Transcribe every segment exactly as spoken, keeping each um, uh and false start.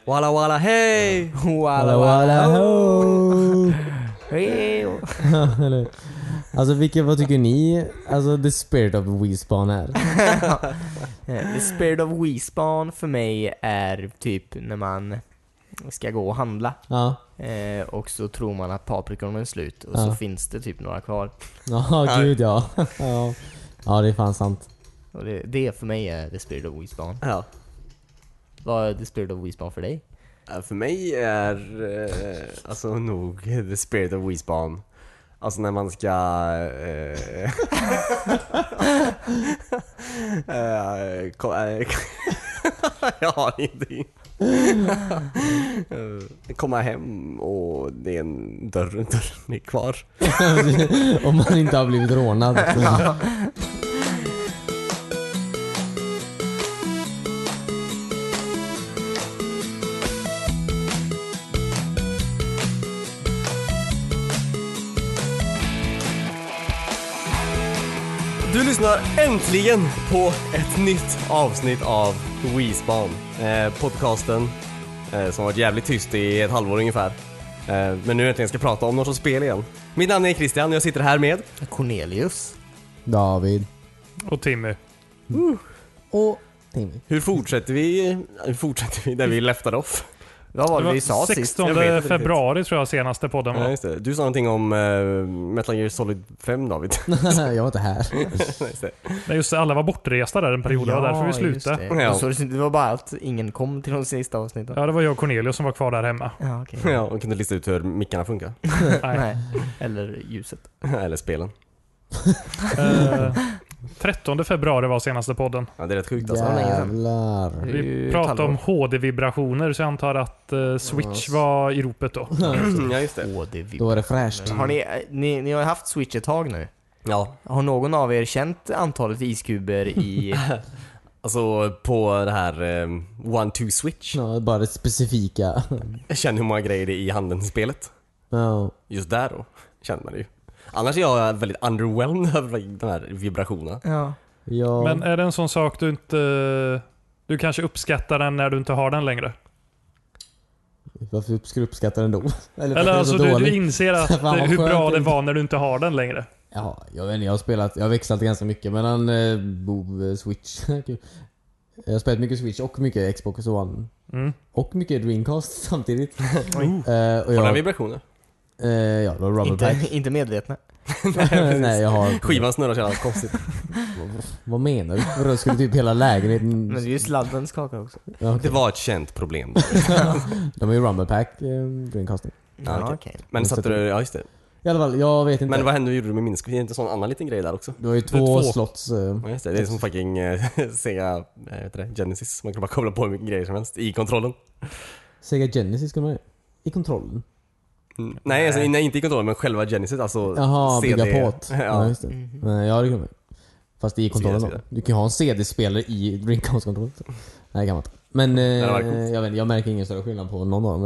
Walla walla hej! Walla walla ho! Alltså vilket, vad tycker ni? Alltså the spirit of Wispan är. The spirit of Wispan för mig är typ när man ska gå och handla. Ja. Eh, och så tror man att paprikorna är slut. Och Ja. så finns det typ några kvar. Ja, gud ja. Ja, ja det är fan sant. Och det, det för mig är the spirit of Wispan. Ja. Vad är the spirit of Wispan för dig? Ja, för mig är eh, alltså nog the spirit of Wispan. Alltså när man ska eh, eh, ko- eh, jag har ingenting. Eh, komma hem och det är en dörr, dörren är kvar. Om man inte har blivit rånad. Du lyssnar äntligen på ett nytt avsnitt av Wispan, eh, podcasten eh, som varit jävligt tyst i ett halvår ungefär. Eh, men nu äntligen ska prata om något som spel igen. Mitt namn är Christian och jag sitter här med Cornelius. David. Och Timmy. uh. Och Timmy. Hur fortsätter vi Hur fortsätter vi där vi leftade off? Vad var Det det var vi sa sist? sextonde Jag vet inte februari tror jag senaste podden var. Ja, just det. Du sa någonting om uh, Metal Gear Solid fem, David. Jag var inte här. Just det. Nej, just det, alla var bortresta där en period, det var därför vi just slutade. det. Ja. Så det det var bara att ingen kom till de sista avsnitten. Ja, det var jag och Cornelius som var kvar där hemma. Ja, okej. Ja, och kunde lista ut hur mickarna funkar. Nej. Nej. Eller ljuset. Eller spelen. Eh, trettonde februari var senaste podden. Ja, det är rätt sjukt alltså. länge sedan. Jävlar. Det är ju Vi ett pratade om halvår. H D-vibrationer, så jag antar att eh, Switch var i ropet då. Ja, just det. Åh, det är Då är det fräscht. Har ni, ni, ni har haft Switch ett tag nu. Ja, Har någon av er känt antalet iskuber i... alltså på det här um, One Two Switch. Ja, bara det specifika. Jag känner hur många grejer det är i handen i spelet. Ja. Just där då känner man det ju. Annars är jag väldigt underwhelmed över de här vibrationerna. Ja. Ja. Men är det en sån sak du inte... Du kanske uppskattar den när du inte har den längre? Varför ska du uppskatta den då? Eller, för att Eller den är alltså så du, dålig? du inser att Fan, vad hur skönt bra det inte. var när du inte har den längre. Ja, jag vet inte, jag har spelat, jag har växlat ganska mycket mellan eh, Bo, eh, Switch. Jag har spelat mycket Switch och mycket Xbox One. Mm. Och mycket Dreamcast samtidigt. Oj. Eh, och Har jag, den vibrationer? eh, ja, det var Rumble Inte, Pack. inte medvetna. Nej, jag har... Skivan snurrar så jävla konstigt. Vad menar du? Vadå, skulle typ hela lägenheten... Men det är ju sladden skakar också. Ja, Det okej. var ett känt problem. De är ju Rumble Pack, eh, Dreamcasting. Ja, Ja, okej. okej. Men satte du, ja just det. I alla fall, jag vet inte. Men vad hände, gjorde du med min skrin? Det är inte sån annan liten grej där också? Det var ju är två. två slots. Eh, Ja, just det. Det är som fucking eh, Sega, eh, heter det, Genesis. Man kan bara koppla på hur mycket grejer som helst i kontrollen. Sega Genesis kunde man ju. I kontrollen. Mm. Nej, alltså, nej, inte i kontrollen, men själva Genesis, alltså Jaha, C D. bygga på. Ja, Ja. just det. Mhm. Men ja, det kan man. Fast i kontrollen C då. D. Du kan ju ha en C D-spelare i Dreamcast-kontrollen. Nej, kan man inte. Men det var eh, coolt. jag vet inte, jag märker ingen större skillnad på någon av dem.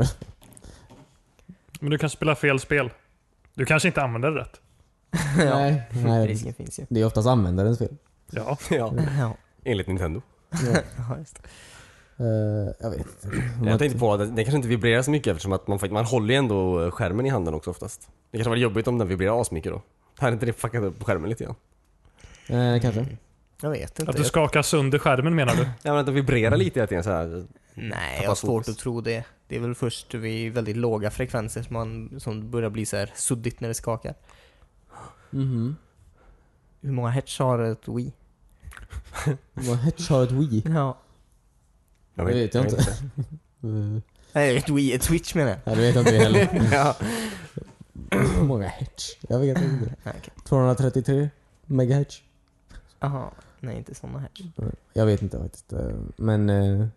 Men du kanske spelar fel spel. Du kanske inte använder det rätt. Ja. Nej, nej. Risken finns ju. Det är oftast användarens fel. Ja. Ja, Ja, enligt Nintendo. Ja. ja just det. Eh, jag vet inte. Jag tänkte på att det, det kanske inte vibrerar så mycket eftersom att man, man håller ju ändå skärmen i handen också oftast. Det kanske var jobbigt om den vibrerar asmycket då. Här är inte det fuckat upp skärmen lite grann? Eh, kanske. Jag vet inte. Att du skakar sönder skärmen menar du? Ja, men att den vibrerar lite hela tiden så här. Nej, Tappa jag har svårt fokus. att tro det. Det är väl först vid väldigt låga frekvenser som, man, som börjar bli så här suddigt när det skakar. Mhm. Hur många hertz har ett Wii? Vad Hedge har ett Wii? Ja. Det vet jag inte. Eh, Nej, ett Wii, ett Switch menar jag. ja, det vet jag inte heller. Ja. Hur många hertz? Jag vet inte. Nej, okej. tvåhundratrettiotre megahertz? Aha, nej inte såna hertz. Jag vet inte faktiskt. Eh, Men... eh,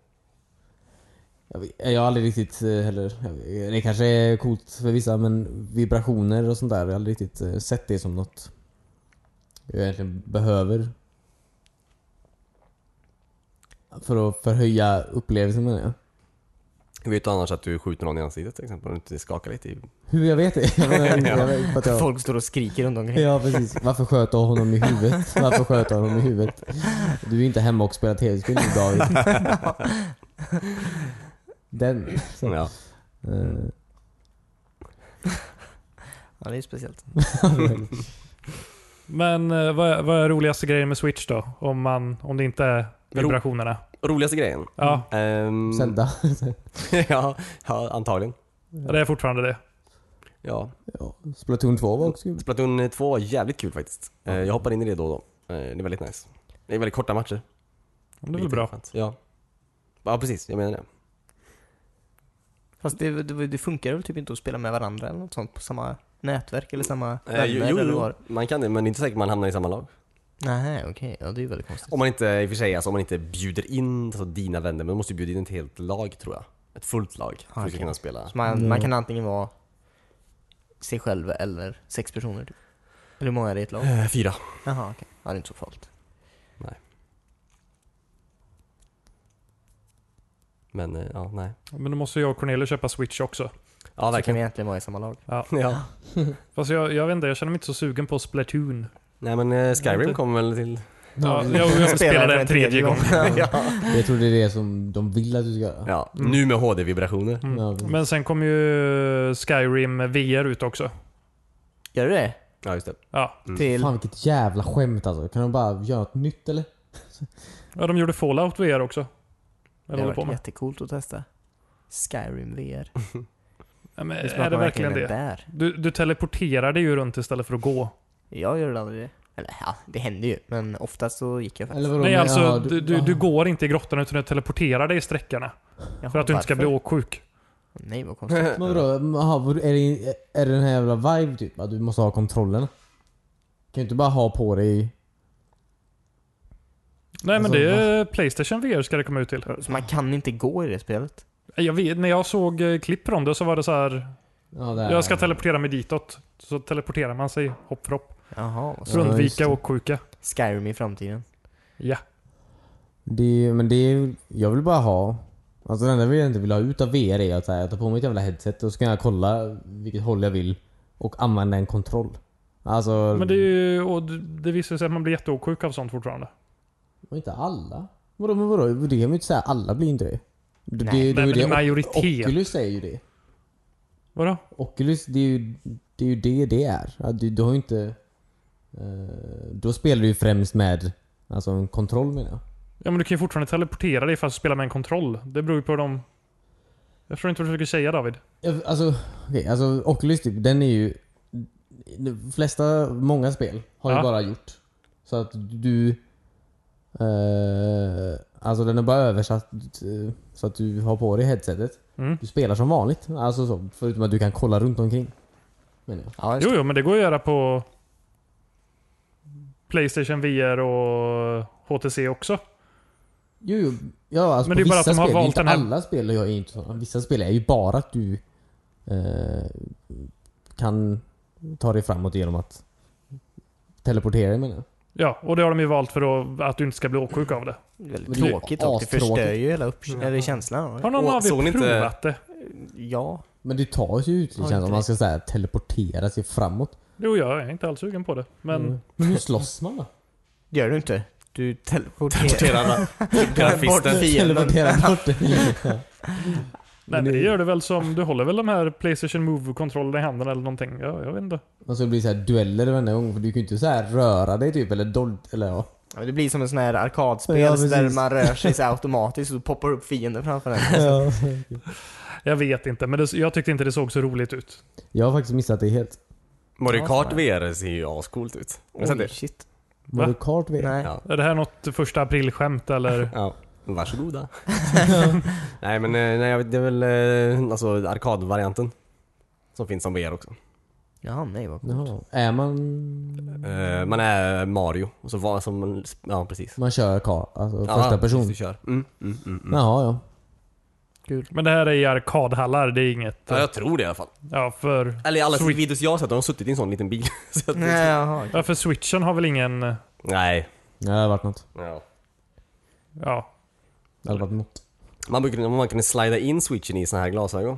Jag, vet, jag har aldrig riktigt eh, heller... jag vet- Det kanske är coolt för vissa, men vibrationer och sånt där, jag har aldrig riktigt eh, sett det som något jag egentligen behöver. För att förhöja upplevelsen, menar jag. Jag vet du annars att du skjuter någon i ansiktet till exempel om du inte skakar lite i... Hur jag vet det? Jag vet, jag vet, för att jag, Folk står och skriker runt omkring. ja, precis. Varför sköt jag honom i huvudet? Varför sköt jag honom i huvudet? Du är inte hemma och spelar tv-spel nu, David. Den. Så, Ja. eh, Ja, det är speciellt. Men eh, vad, är, vad är roligaste grejen med Switch då? Om, man, om det inte är vibrationerna. Roligaste grejen? Ja, Ehm, Zelda. ja, ja, antagligen. det är fortfarande det. Ja. Ja, Splatoon två var också kul. Splatoon två var jävligt kul faktiskt. Eh, Jag hoppar in i det då och då. Eh, Det är väldigt nice. Det är väldigt korta matcher. Det är väl bra. Skönt. Ja. Ja, precis. Jag menar det. Fast det, det, det funkar väl typ inte att spela med varandra eller något sånt på samma nätverk eller samma Eh, vänner jo, jo, eller jo. vad? Man kan det, men det är inte säkert man hamnar i samma lag. Nej, okej. Ja, det är ju väldigt konstigt. Om man inte, i och för sig, alltså, om man inte bjuder in alltså, dina vänner, men man måste ju bjuda in ett helt lag tror jag. Ett fullt lag för att Ah, du ska okej. kunna spela. Så man, Mm. man kan antingen vara sig själv eller sex personer typ. Eller hur många är det i ett lag? Eh, Fyra. Jaha, okej. Ja, det är inte så farligt. Men eh, ja, nej. Men då måste jag och Cornelius köpa Switch också. Ja, Så kan vi verkligen. egentligen vara i samma lag. Ja. Ja. Fast jag, jag vet inte, jag känner mig inte så sugen på Splatoon. Nej, men eh, Skyrim Inte. kommer väl till... Ja, jag, jag spelade en tredje gång. ja. Jag tror det är det som de vill att du ska göra. ja. Mm. Nu med H D-vibrationer. Mm. Ja, Men sen kom ju Skyrim V R ut också. Gör du det? Ja, just det. Ja, Mm. Till... Fan vilket jävla skämt alltså. Kan de bara göra något nytt eller? ja de gjorde Fallout V R också. Det Eller har håller på varit med. jättecoolt att testa. Skyrim V R. Ja, men Det är som är att det man verkligen det? är där. Du, du teleporterar dig ju runt istället för att gå. Jag gör aldrig det. Eller ja, det händer ju. Men oftast så gick jag faktiskt. Eller vadå? Nej, Men, alltså ja, du, du, du går inte i grottan utan du teleporterar dig i sträckorna. Jaha, För att du inte ska bli varför? åksjuk. Nej, vad konstigt. Men vadå? Aha, vad- är, det, är det den här jävla vibe typ? Att du måste ha kontrollen? Kan ju inte bara ha på dig... Nej Alltså, men det är Playstation V R ska det komma ut till. Så man kan inte gå i det spelet? Jag vet, när jag såg eh, klipp från det så var det så här. Ja, där. Jag ska teleportera mig ditåt. Så teleporterar man sig hopp för hopp. Jaha, vad Ja, så. just Undvika det. åksjuka. Skyrim i framtiden. Ja. Det, men det är, jag vill bara ha... Alltså det enda jag inte vill ha ut av V R är att så här, jag tar på mig ett jävla headset och så kan jag kolla vilket håll jag vill och använda en kontroll. Alltså... Men det är ju, och det det visar sig att man blir jätteåksjuk av sånt fortfarande. Men inte alla. Vadå, men vadå? Det kan man ju inte säga. Alla blir inte det. Det, Nej, det, det, nej, är ju men det. en majoritet. Oculus säger ju det. Vadå? Oculus, det är ju det är ju det, det är. Ja, Du, du har ju inte... Eh, då spelar du ju främst med alltså en kontroll menar jag. Ja men du kan ju fortfarande teleportera dig fast spela med en kontroll. Det beror ju på dem. Jag förstår inte vad du försöker säga David. Ja, Alltså, okej, alltså Oculus typ, den är ju... De flesta, många spel har ju Ja. bara gjort så att du... Eh, alltså den är bara översatt eh, så att du har på dig headsetet. Mm. Du spelar som vanligt, alltså så, förutom att du kan kolla runt omkring. Men ja. Ja, just Jo det. jo men det går att göra på Playstation V R och H T C också. Jo, jo. Ja, alltså Men på det är bara vissa att de har spel, valt inte den här- alla spel jag är inte så. Vissa spel är ju bara att du eh, kan ta dig framåt genom att teleportera dig menar jag. Ja, och det har de ju valt för att, att du inte ska bli åksjuk av det. Väldigt Men det är tråkigt och det astråkigt. förstör ju hela upp- eller känslan. Har någon Och av såg er ni inte- provat det? Ja. Men det tar sig ut Ja, känns om inte man ska säga teleportera sig framåt. Jo, jag är inte alls sugen på det. Men Mm. Men hur slåss man då? Gör du inte? Du teleporterar, Teleporterar teleporterar bort fisten. fienden. Teleportera bort det. Ja. nej, Men det det- gör det väl som, du håller väl de här Playstation Move-kontrollerna i handen eller någonting. Ja, jag vet inte. Och så blir det så här dueller varenda gång för du kan ju inte så här röra dig typ eller dold eller ja. Ja, det blir som en sån här arkadspel Ja, där precis. man rör sig så här automatiskt och poppar upp fienden framför en. Ja. Jag vet inte, men det, jag tyckte inte det såg så roligt ut. Jag har faktiskt missat det helt. Mario Ja, Kart så V R ser ju ascoolt ut. Har du sett Oj, det? shit. Mario Kart V R. Nej. Ja. Är det här något första aprilskämt eller? Ja. Varsågoda. Nej men eh, nej, jag vet, det är väl eh, alltså arkadvarianten som finns som V R också. Jaha, nej vad coolt. Jaha. Är man... Eh, man är Mario och så var som man, ja precis. Man kör kar, alltså Ja, första precis, person. du kör. Mm, mm, mm, mm. Jaha, ja. Men det här är i arkadhallar, det är inget... Ja, jag tror det i alla fall. Ja, för, Eller i alla Switch. videos jag har sett, de har suttit i en sån liten bil. Så att- Nej, jaha. ja, för Switchen har väl ingen... Nej. Ja, det har varit något. Ja. Ja. Det har varit något. Man brukar man kunde slida in switchen i såna här glasögon.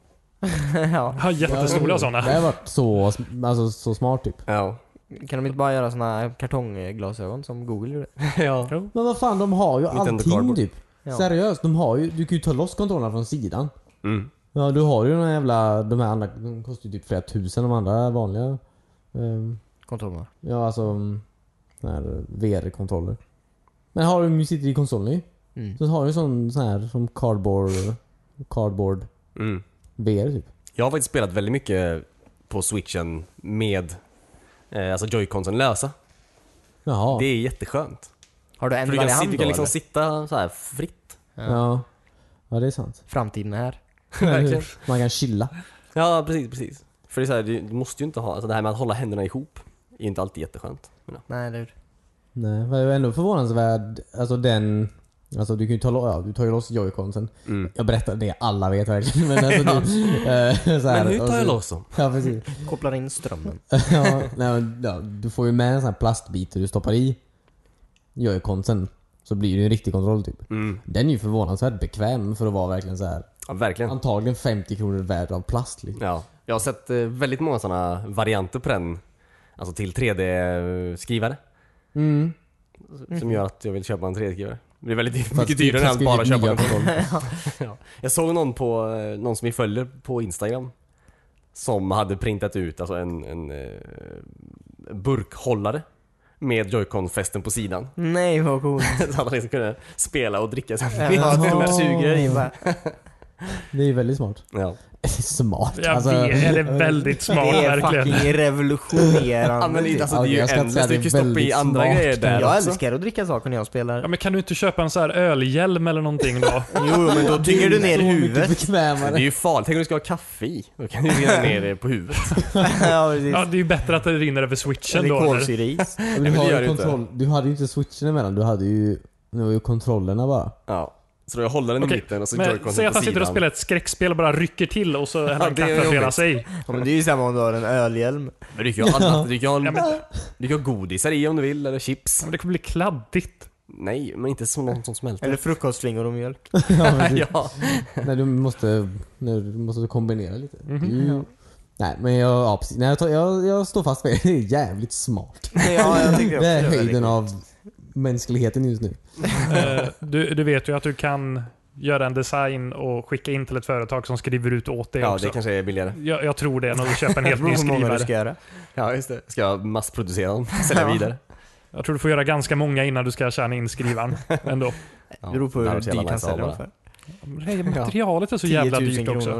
Ja. Har jättestora Ja, sådana. Det har varit så, alltså, så smart typ. Ja. Kan de inte bara göra såna här kartongglasögon som Google gjorde? Ja. Jo. Men vad fan, de har ju Nintendo allting Cardboard. typ. Ja. Seriöst, de har ju, du kan ju ta loss kontrollerna från sidan. Mm. Ja, du har ju den här jävla, de här andra, de kostar ju typ flera tusen, de andra vanliga. Um, Kontrollerna. ja, alltså um, sån här V R-kontroller. Men har du, sitter i konsolen i, Mm. så har du sån, sån här som cardboard, cardboard Mm. V R typ. Jag har faktiskt spelat väldigt mycket på Switchen med eh, alltså Joy-Consen lösa. Jaha. Det är jätteskönt. Har du en För du kan, variant sit- du då, kan liksom eller? sitta så här fritt. Ja. Ja, det är sant. Framtiden är här. Verkligen. Man kan chilla. Ja, precis, precis. För det är så här, du du måste ju inte ha, alltså det här med att hålla händerna ihop är inte alltid jätteskönt. Men ja. Nej, eller hur? Nej, men jag är ändå förvånansvärd. Alltså den, alltså du kan ju ta, lo- ja, du tar ju loss joyconsen. Mm. Jag berättar det, alla vet verkligen. Men alltså du, eh, så här, Men hur och tar så- jag loss dem? Ja, precis. Kopplar in strömmen. ja, nej, men, ja, du får ju med en sån här plastbit du stoppar i joyconsen. Så blir det ju en riktig kontroll typ. Mm. Den är ju förvånansvärt bekväm för att vara verkligen så här. Ja, verkligen. Antagligen femtio kronor värd av plast liksom. Ja. Jag har sett eh, väldigt många sådana varianter på den. Alltså till tre D-skrivare. Mm. Som gör att jag vill köpa en tre D-skrivare. Det är väldigt Fast mycket det dyrare än kanske att bara är köpa nya en kontroll. ja. Jag såg någon på eh, någon som vi följer på Instagram som hade printat ut alltså en, en eh, burkhållare med Joy-Con-fästen på sidan. Nej, vad coolt. Så att han liksom kunde spela och dricka sen. Jag har ett stort sugrör i bara. Det är ju väldigt smart. Ja. Smart. Jag Alltså, vet, är det väldigt smart Det är verkligen. fucking revolutionerande. Ja, men det, alltså, det är Okej, ju jag ska inte säga ändlöst. Du det kan är ju stoppa i väldigt andra smart. grejer där Jag också. älskar att dricka saker när jag spelar. Ja, men kan du inte köpa en så här ölhjälm eller någonting då? Jo, men då tynger du ner så mycket huvudet. Det bekvämare. är ju farligt. Tänk om du ska ha kaffe i. Då kan du rinna ner det på huvudet. Ja, precis. Ja, det är ju bättre att det rinner över switchen Eller då. eller? kolsyreis. Du, men det har gör ju det inte. kontroll, du hade ju inte switchen emellan, du hade ju, det var ju kontrollerna bara. Ja. Så jag håller den i Okej, mitten och så Men Joy-Consen säg att på han sitter och sidan. spelar ett skräckspel och bara rycker till och så häller han det är kaffe över hela jobbigt. sig. Ja, men det är ju samma om du har en ölhjälm. Men du kan ju ha annat. Du kan ha, Ja, men, du kan ha godisar i om du vill, eller chips. men det kommer bli kladdigt. Nej, men inte som någon som smälter. Eller frukostflingor och mjölk. Ja, men du, ja. nej, du måste, nej, du måste kombinera lite. Mhm. Det är ju, nej, men jag, ja, precis. Nej, jag, tar, jag, jag står fast vid det. Det är jävligt smart. Ja, jag tycker Det är också höjden väldigt av mänskligheten just nu. Eh, du, du vet ju att du kan göra en design och skicka in till ett företag som skriver ut åt dig Ja, också. det kanske är billigare. Jag, jag tror det, när du köper en helt ny Hur många du skrivare. ska göra. Ja, just det. Ska jag massproducera dem? Sälja Ja. vidare? Jag tror du får göra ganska många innan du ska tjäna in skrivaren ändå. Ja, Det beror på det hur hade varit jävla dyrt han nice att säljer ha dem bara. för. Det- Materialet är så jävla tio tusen dyrt också. kronor.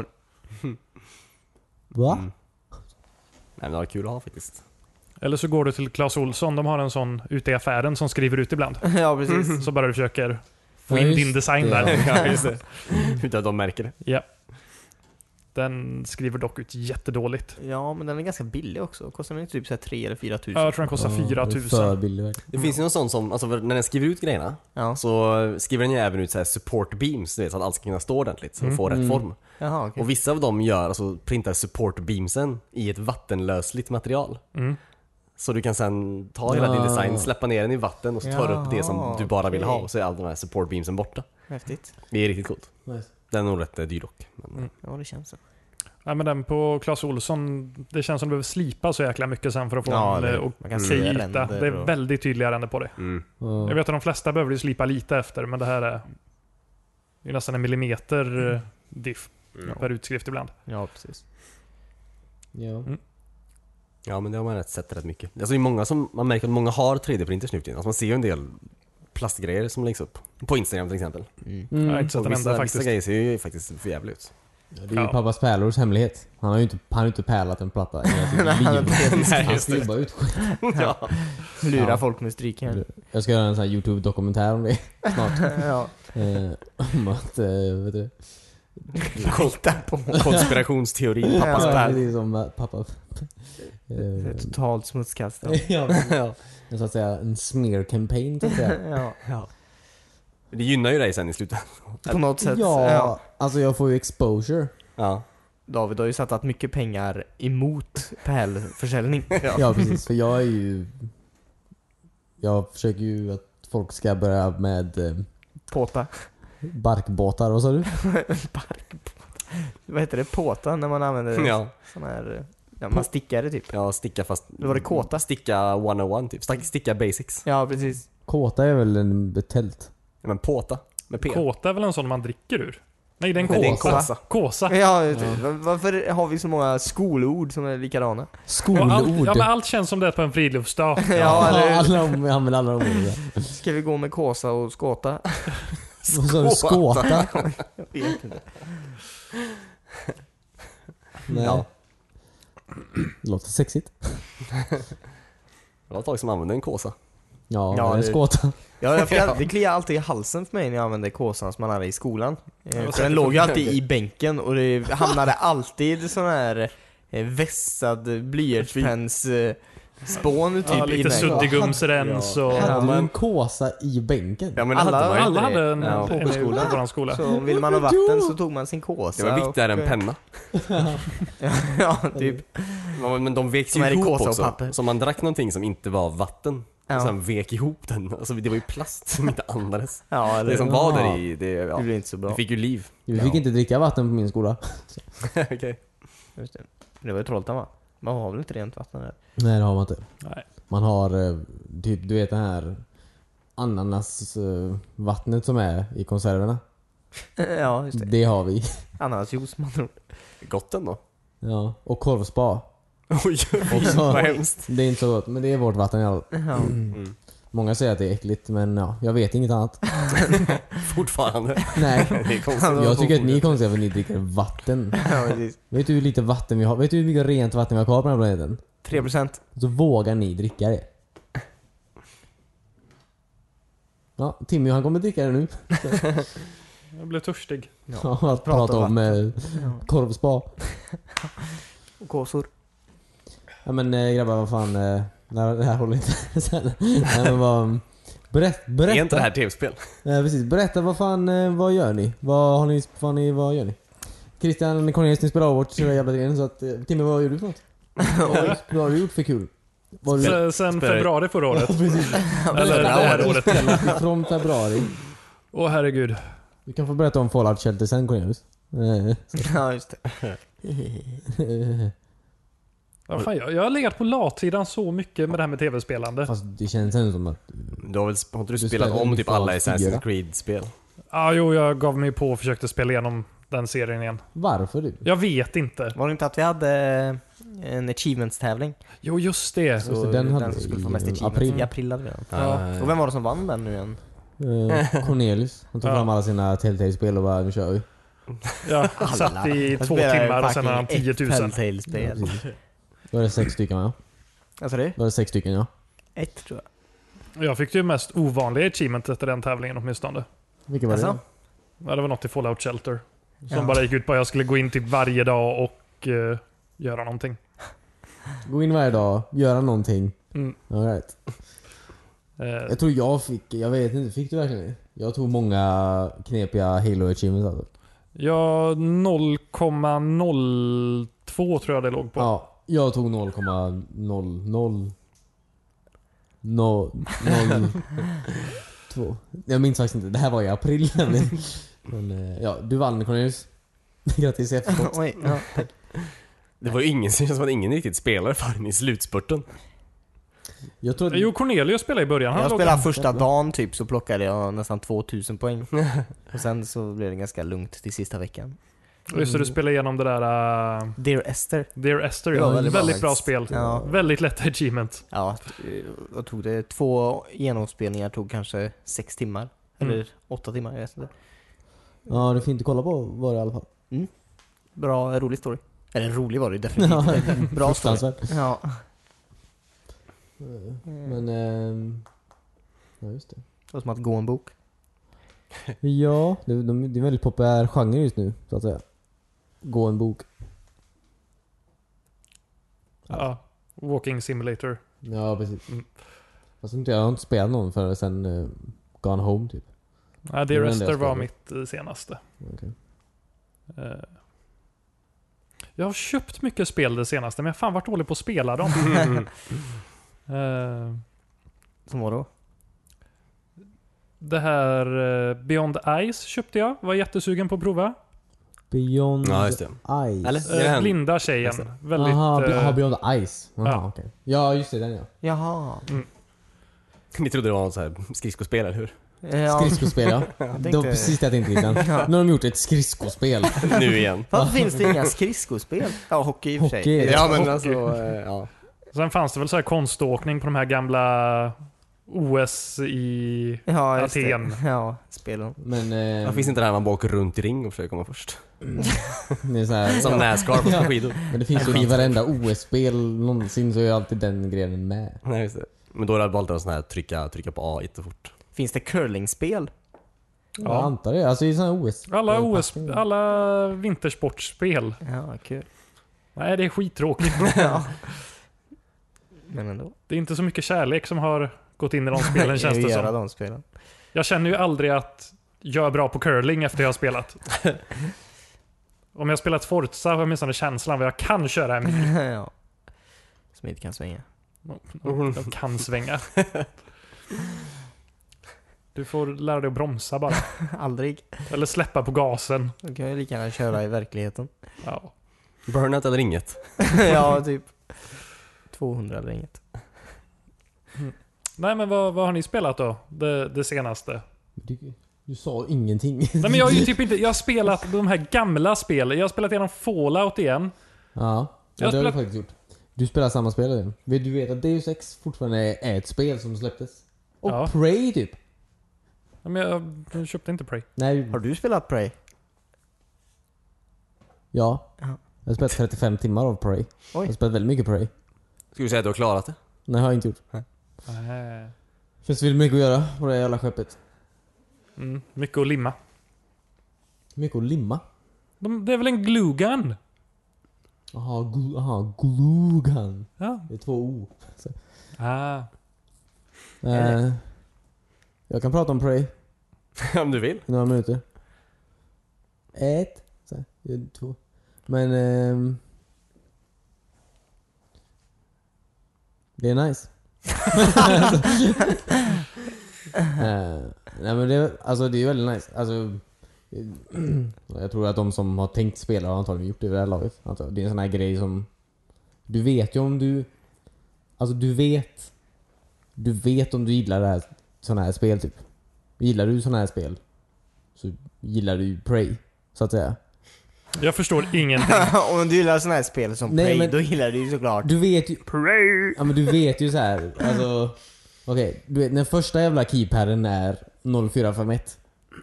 Va? Mm. Nej, men det var kul att ha faktiskt. Eller så går du till Clas Ohlson, de har en sån ute i affären som skriver ut ibland. Ja, precis. Så bara du försöker få Ja, in just din design det. där. Ja, just det. Utan att de märker det. Ja. Den skriver dock ut jättedåligt. Ja, men den är ganska billig också. Kostar den inte typ så här tre eller fyra Ja, tusen? jag tror den kostar Ja, fyra det är För tusen. billig verkligen. Det finns ju någon sån som, alltså när den skriver ut grejerna Ja. så skriver den ju även ut så här support beams, du vet, så att allt ska kunna stå ordentligt så att Mm. få rätt Mm. form. Jaha, okej. Och vissa av dem gör, alltså printar support beamsen i ett vattenlösligt material. Mm. Så du kan sen ta hela din Ah. design, släppa ner den i vatten och så tar du upp det som Jaha, du bara vill ha okej. och så är all de här support beamsen borta. Häftigt. Det är riktigt coolt. Nice. Den är nog rätt eh, dyr dock. Men, Mm. Ja, det känns så. Ja, men den på Clas Ohlson, det känns som du behöver slipa så jäkla mycket sen för att få Ja, en det- eh, och man kan se okej yta. ränder Det är och- väldigt tydliga ränder på det. mm. Ja. Jag vet att de flesta behöver ju slipa lite efter, men det här är ju nästan en millimeter eh, diff Mm. per utskrift ibland. Ja, precis. Ja. Ja, men det har man rätt sett rätt mycket. Alltså det är många som, man märker att många har tre D-printers nu för tiden. Alltså man ser ju en del plastgrejer som läggs upp. På Instagram till exempel. Mm. Mm. Jag har inte sett Och en enda vissa, vissa faktiskt. grejer ser ju faktiskt för jävligt ut. Ja, det är ju Ja. pappas pärlors hemlighet. Han har ju inte, han har ju inte pärlat en platta i hela sitt Nej, han har liv. inte- Nej, Han just det. ska ju bara ut skit. Ja. Lura Ja. folk med strykjärn. Jag ska göra en sån här YouTube-dokumentär om det snart. Ja. eh, om att, eh, vet du. Skita på. Konspirationsteori, pappas ja, pärl. precis som att pappa. Det är Eh, totalt smutskast. ja, Ja. så att säga en smear campaign så att säga. Ja. Ja. Det gynnar ju dig sen i slutet. På något sätt. Ja, Ja. alltså jag får ju exposure. Ja. David har ju satsat mycket pengar emot pärlförsäljning. Ja, precis. För jag är ju... Jag försöker ju att folk ska börja med eh, Påta. barkbåtar, vad sa du? Vad heter det? Påta när man använder Ja. sån här... Ja, man stickar det typ. Ja, sticka fast... Då var det kåta. Sticka etthundraett typ. Stack- Sticka basics. Ja, precis. Kåta är väl en ett tält? Ja, men påta. Med P. Kåta är väl en sån man dricker ur? Nej, det är en Nej, det är en kåsa. kåsa. Kåsa. Ja, just det. Var- Varför har vi så många skolord som är likadana? Och allt, Skolord. ja, men allt känns som det är på en friluftsdag. Ja, Ja, eller, alla de, vi använder alla de orden. ska vi gå med kåsa och skåta? Vad sa du? Skåta? Jag vet inte. Nej. Ja. Det låter sexigt. Det var ett tag som använde en kåsa. Ja, Ja, ja det- skåta. Ja, jag fick, det kliar alltid i halsen för mig när jag använde kåsan som man hade i skolan. Eh, vad för säkert den låg ju för- alltid i bänken och det hamnade alltid sån här eh, vässad blyertspens eh, spån typ Ja, i lite den. suddigumsrens och... Ja, Hade du men- en kåsa i bänken? Ja, men Alla- alla, hade man ju. Alla hade en, Ja, på en, en skolan. på vår skola. Så vill man ha vatten så tog man sin kåsa. Det var viktigare och, än penna. Ja, typ. Ja, men de veks Som ju är i ihop kåsa och också. papper. Så man drack någonting som inte var vatten. Ja. Och sen vek ihop den. Alltså det var ju plast som inte andades. Ja, eller, Det som var där i, det, det ja, blir inte så bra. det fick ju liv. Vi fick Ja. inte dricka vatten på min skola. Okej. Just det. Det var ju Trollhättan, va? Man har väl inte rent vatten där? Nej, det har man inte. Nej. Man har, eh, typ, du vet det här ananasvattnet vattnet som är i konserverna. Ja, just det. Det har vi. Ananasjuice, man tror. Gott ändå. Ja. Och korvspa. Oj, Också. vad hemskt. Det är inte så gott, men det är vårt vatten i alla fall. Ja. Mm. Många säger att det är äckligt, men ja, jag vet inget annat. Fortfarande. Nej. Det är konstigt. Jag tycker att ni är konstiga för ni dricker vatten. Ja, precis. Vet du hur lite vatten vi har? Vet du hur mycket rent vatten vi har kvar på den här planeten? tre procent. Så vågar ni dricka det. Ja, Timmy han kommer dricka det nu. Jag blev törstig. Ja, att prata om eh, Ja. korvspa. Och kåsor. Ja men eh, grabbar, vad fan. Eh, nej, det här håller inte. Sen, nej, men vad, berätt, berätta. Är inte det här tv-spel? Ja, precis. Berätta vad fan, eh, vad gör ni? Vad har ni, vad, ni, vad gör ni? Christian Cornelius, ni spelar Overwatch så jävla grejen så att eh, Timmy, vad gör du för något? Vad har du gjort för kul? Vad har du... S- Sen Spelar- februari förra året. Precis. Eller det här året. Från februari. Åh herregud. Du kan få berätta om Fallout Shelter sen, Cornelius. Eh, Ja, just det. Ja, fan, jag, jag har legat på latsidan så mycket med det här med tv-spelande. Fast det känns ändå som att... Du har väl har inte du Du spelat spelar om ju typ Fallout alla fyra. Assassin's Creed-spel? Ja, jo, jag gav mig på och försökte spela igenom den serien igen. Varför du? Jag vet inte. Var det inte att vi hade en achievements-tävling? Jo, just det. Så Just det, den hade den vi skulle få i mest achievements. april. I april hade vi den. Ja. Och vem var det som vann den nu igen? Eh, Cornelius. Han tog Ja. fram alla sina Telltale-spel och bara, nu kör vi. Jag satt i Jag två spelade timmar och sen fucking har han tio ett tusen. Telltale-spel. precis. Då är det sex stycken, ja. Alltså det? Då är det sex stycken, ja. Ett tror jag. Jag fick ju mest ovanliga achievement efter den tävlingen åtminstone. Vilket var det? Alltså? Ja, det var något i Fallout Shelter. Som Ja. bara gick ut på att jag skulle gå in typ varje dag och eh, göra någonting. Gå in varje dag, göra någonting. Mm. All right. Eh, Jag tror jag fick, jag vet inte, fick du verkligen det? Jag tog många knepiga Halo-achievements alltså. ja, noll komma noll två tror jag det låg på. Ja, jag tog noll komma noll noll noll noll två. Jag minns faktiskt inte, det här var i april nämligen. Men eh, ja, du vann Cornelius. Grattis i efterskott. Oj, ja. Det var ju ingen, det känns som att ingen riktigt spelade förrän i slutspurten. Jag tror att... Jo, Cornelius spelade i början. Han Jag låg- spelade första dagen typ så plockade jag nästan tvåtusen poäng. Och sen så blev det ganska lugnt till sista veckan. Just det, du spelade igenom det där uh, Dear Esther. Dear Esther. Det var Ja, väldigt väldigt, bra bra faktiskt. spel. Ja. Väldigt lätt achievement. Ja, t- vad tog det? Två genomspelningar tog kanske sex timmar. Mm. Eller åtta timmar, jag vet inte. Ja, du får inte kolla på var det i alla fall. Bra, rolig story. Eller rolig var det definitivt inte. Bra story. Fruktansvärt. Ja. Men, ehm... ja just det. Det var som att gå en bok. Ja, det, de, det är en väldigt populär genre just nu, så att säga. Gå en bok. Ja. Walking Simulator. Ja, precis. Mm. Fast inte, jag har inte spelat någon för sen uh, Gone Home typ. Ja, Det var Dear den där Esther var spelet. mitt eh, senaste. Okay. Eh, Jag har köpt mycket spel det senaste, men jag har fan varit dålig på att spela dem. Eh, Som var då? Det här eh, Beyond Ice köpte jag. Var jättesugen på att prova. Beyond Ja, just det. Ice. Eller? Är det Eh, en- blinda tjejen. Just det. Väldigt... Aha, eh, aha, Beyond Ice. Aha, ja. okej. Ja, just det, den ja. Jaha. Ni trodde det var något så här skridskospel, eller hur? Ja. Skridskospel, ja. Jag De, tänkte- precis det jag tänkte innan. Ja. Nu har de gjort ett skridskospel. Nu igen. Varför finns det inga skridskospel? Ja, hockey i och för sig. Hockey. Ja men Hockey. alltså, eh, ja. Sen fanns det väl så här konståkning på de här gamla O S i Ja, just det. Aten. Ja, spelen. Men eh, Det finns inte det här man bara åker runt i ring och försöker komma först. det är så här, Som Nascar på Ja. skidor. men det finns ju i varenda O S-spel någonsin så är alltid den grenen med. Nej, just det. Men då är det bara en sån här trycka, trycka på A jättefort. Finns det curlingspel? Jag antar det. Alltså i sådana O S. Alla O S, alla vintersportspel. Ja, kul. Nej, det är skittråkigt. Ja. Men ändå. Det är inte så mycket kärlek som har gått in i de spelen känns det Göra som. de spelen. Jag känner ju aldrig att jag är bra på curling efter jag har spelat. Om jag har spelat Forza har jag åtminstone känslan vad jag kan köra en bil. Ja. Som inte kan svänga. Jag kan svänga. Du får lära dig att bromsa bara. Aldrig. Eller släppa på gasen. Då kan jag lika gärna köra i verkligheten. Ja. Burnout eller inget. Ja, typ tvåhundra eller inget. Nej men vad, vad har ni spelat då? Det, det senaste? Du, du sa ingenting. Nej men jag har ju typ inte, jag har spelat de här gamla spelen. Jag har spelat igenom Fallout igen. Ja, Jag ja det har du spelat- faktiskt gjort. Du spelar samma spel igen. Vet du vet att Deus Ex fortfarande är ett spel som släpptes? Och Ja. Prey typ. Ja, men jag, jag köpte inte Prey. Nej, Har du spelat Prey? ja. Ja. Jag har spelat trettiofem timmar av Prey. Jag har spelat väldigt mycket Prey. Ska du säga att du har klarat det? Nej, har jag inte gjort. Nej. Finns väldigt mycket att göra på det jävla skeppet. Mm, mycket att limma. Mycket att limma. De, det är väl en glue gun? Aha, gl- aha glugan. Ja. Det är två O. Så. Ah. Eh, jag kan prata om Prey Om du vill. i några minuter. Ett. Så här, det är två. Men... ehm, det är nice. Eh, nej men det, alltså det är väldigt nice. Alltså, jag tror att de som har tänkt spela har antagligen gjort det i det här laget. Alltså, det är en sån här grej som... Du vet ju om du... Alltså du vet... Du vet om du gillar det här, såna här spel typ. Gillar du såna här spel så gillar du Prey, så att säga. Jag förstår ingenting. Om du gillar såna här spel som Nej, Prey, men- då gillar du ju såklart Du vet ju... Prey! Ja men du vet ju så här. Alltså... Okej, du vet den första jävla keypaden är noll fyra fem ett.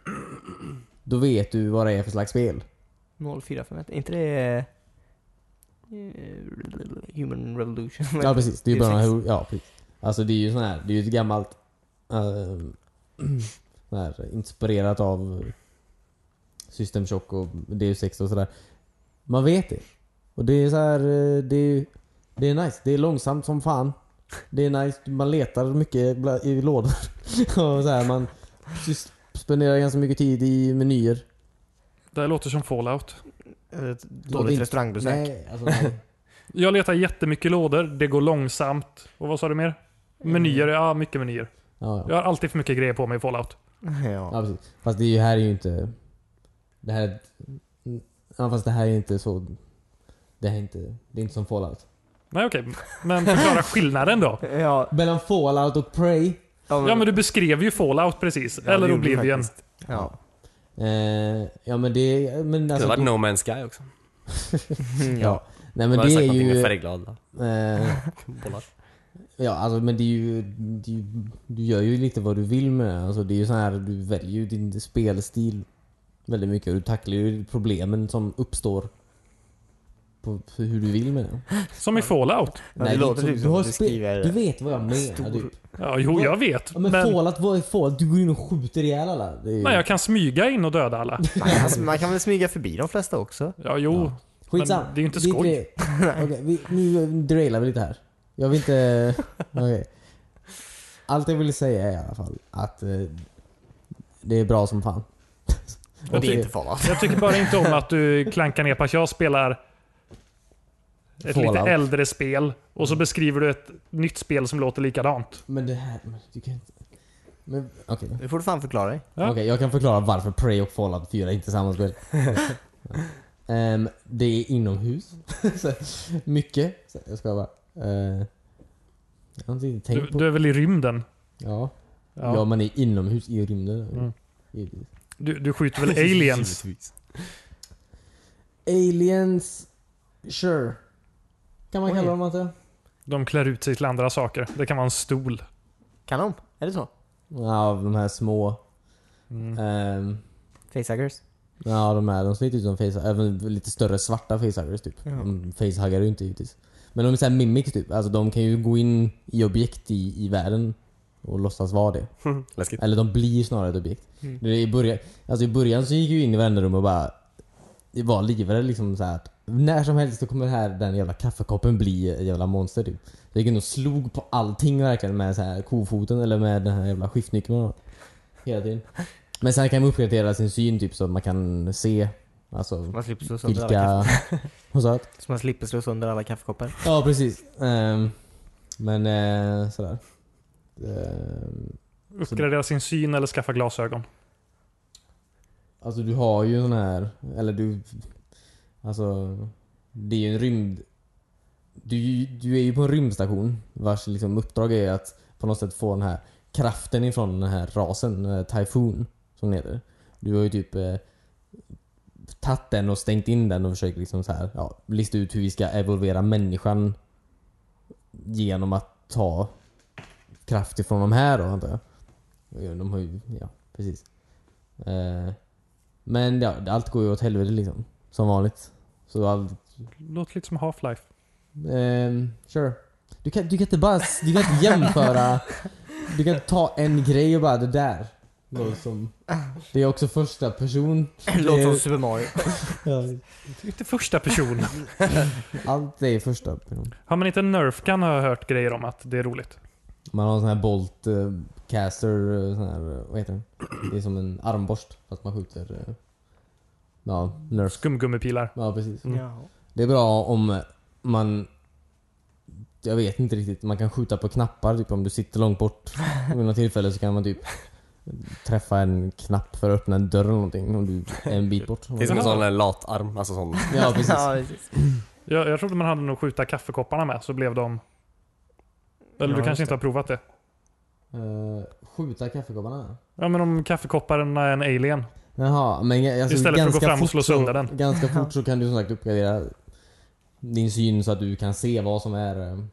Då vet du vad det är för slags spel. noll fyra fem ett. Inte det... eh, Human Revolution? Ja precis, det är ju Det är bara sex. hur, ja precis. Alltså det är ju sån här, det är ju ett gammalt uh, sån här, inspirerat av System Shock och Deus Ex och sådär. Man vet det. Och det är så här, eh, det är det är nice, det är långsamt som fan. Det är nice, man letar mycket bla- i lådor och så här, man sys- spenderar ganska mycket tid i menyer. Det här låter som Fallout. Ett Och dåligt det- restaurangbesök. Nej, alltså, nej. Jag letar jättemycket lådor, det går långsamt. Och vad sa du mer? Menyer, ja mycket menyer. Ja, ja. Jag har alltid för mycket grejer på mig i Fallout. Ja. Ja, precis. Fast det är ju, här är ju inte... Det här... Ja, fast det här är inte så... Det här är inte... Det är inte som Fallout. Nej okej, men förklara skillnaden då. Ja. Mellan Fallout och Prey... Ja men du beskrev ju Fallout precis. Ja, Eller det gjorde du Oblivion. faktiskt. Ja. Eh, ja, men det... Men Det alltså... har varit No Man's Sky också. Ja. Nej, men Bara det sagt är någonting med ju... färgglada Eh, bollar. ja, alltså men det är ju... Det är ju du gör ju lite vad du vill med det. Alltså det är ju så här... Du väljer ju din spelstil väldigt mycket. Och du tacklar ju problemen som uppstår på på hur du vill med det. Som i Fallout. Ja, det låter är typ inte så- som du, har att du spe- skriver du vet vad jag menar. stor- Typ. Ja, jo jag vet. Ja, men, Men, Fallout, vad är Fallout? Du går in och skjuter ihjäl alla. Det är ju... nej, jag kan smyga in och döda alla. man, kan, man kan väl smyga förbi de flesta också? Ja, jo. Skitsamma. Men det är ju inte Skit i skoj. det. Okej, vi, nu derailar vi lite här. Jag vill inte... Okej. Allt jag vill säga är i alla fall att eh, det är bra som fan. Och det är inte Fallout. Jag tycker bara inte om att du klankar ner på att jag spelar ett Fallout. lite äldre spel och så beskriver du ett nytt spel som låter likadant. Men det här... Men, du kan inte... Men okej. Det får du fan förklara dig. Ja. Okej, jag kan förklara varför Prey och Fallout fyra inte är samma spel. Ehm, det är inomhus. Så, mycket. Så, jag ska bara... eh, jag har inte tänkt Du, på... du är väl i rymden? Ja. Ja, Ja. man är inomhus i rymden. Mm. Givetvis. Du, du skjuter väl aliens? Givetvis. Aliens, sure. Kan man Oj. kalla dem inte? De klär ut sig till andra saker. Det kan vara en stol. Kan de? Är det så? Ja, de här små. Mm. ehm, Facehuggers? ja, de här, de ser inte ut som face, även lite större svarta facehuggers typ. Ja. De facehuggar ju inte givetvis. Men de är såhär mimics typ. Alltså de kan ju gå in i objekt i, i världen och låtsas vara det. Läskigt. Eller de blir snarare ett objekt. Mm. Det är i, början, alltså I början så gick jag in i varenda rum och bara det var livrädd liksom så här att när som helst så kommer här den jävla kaffekoppen bli ett jävla monster typ. Jag gick in och slog på allting verkligen med så här kofoten eller med den här jävla skiftnyckeln hela tiden. Men sen kan man uppgradera sin syn typ så att man kan se alltså Man slipper slå sönder alla vilka... kaffe. Vad sa du? Så man slipper slå sönder alla kaffekoppar. Ja, precis. Ehm, men eh, sådär. Ehm, Uppgradera sin syn eller skaffa glasögon. alltså du har ju sån här, eller du, alltså det är ju en rymd, du, du är ju på en rymdstation vars liksom uppdrag är att på något sätt få den här kraften ifrån den här rasen, eh, Typhoon som den heter. Du har ju typ eh, tagit den och stängt in den och försökt liksom så här, ja, lista ut hur vi ska evolvera människan genom att ta kraft ifrån de här då, antar jag. De har ju, ja, precis. Eh, men ja, allt går ju åt helvete liksom. Som vanligt. Så allt... Låter lite som Half-Life. ehm, sure. Du kan, du kan inte bara... Du kan inte jämföra... Du kan ta en grej och bara det där. Låter som... Det är också första person. Låter som Det Super Mario. är, Inte första person. allt är första person. Har man inte Nerf Gun har jag hört grejer om att det är roligt. Man har en sån här bolt eh, caster, eh, sån här, eh, vad heter den? Det är som en armborst fast man skjuter... eh, ja, nerf. Skumgummipilar. Ja, precis. Mm. Ja. Det är bra om man... Jag vet inte riktigt. Man kan skjuta på knappar. Typ om du sitter långt bort vid något tillfälle så kan man typ träffa en knapp för att öppna en dörr eller någonting om du är en bit bort. Det är som en sån där latarm, alltså sån. Ja, precis. Ja, precis. Jag, jag trodde man hade nog skjuta kaffekopparna med så blev de... Eller Ja, du kanske just inte har provat det. Uh, skjuta kaffekopparna. Ja men om kaffekopparna är en alien. Jaha, men alltså, Istället för att gå ganska fram och fort slå så- sönder den. Ganska fort så kan du som sagt uppgradera din syn så att du kan se vad som är um,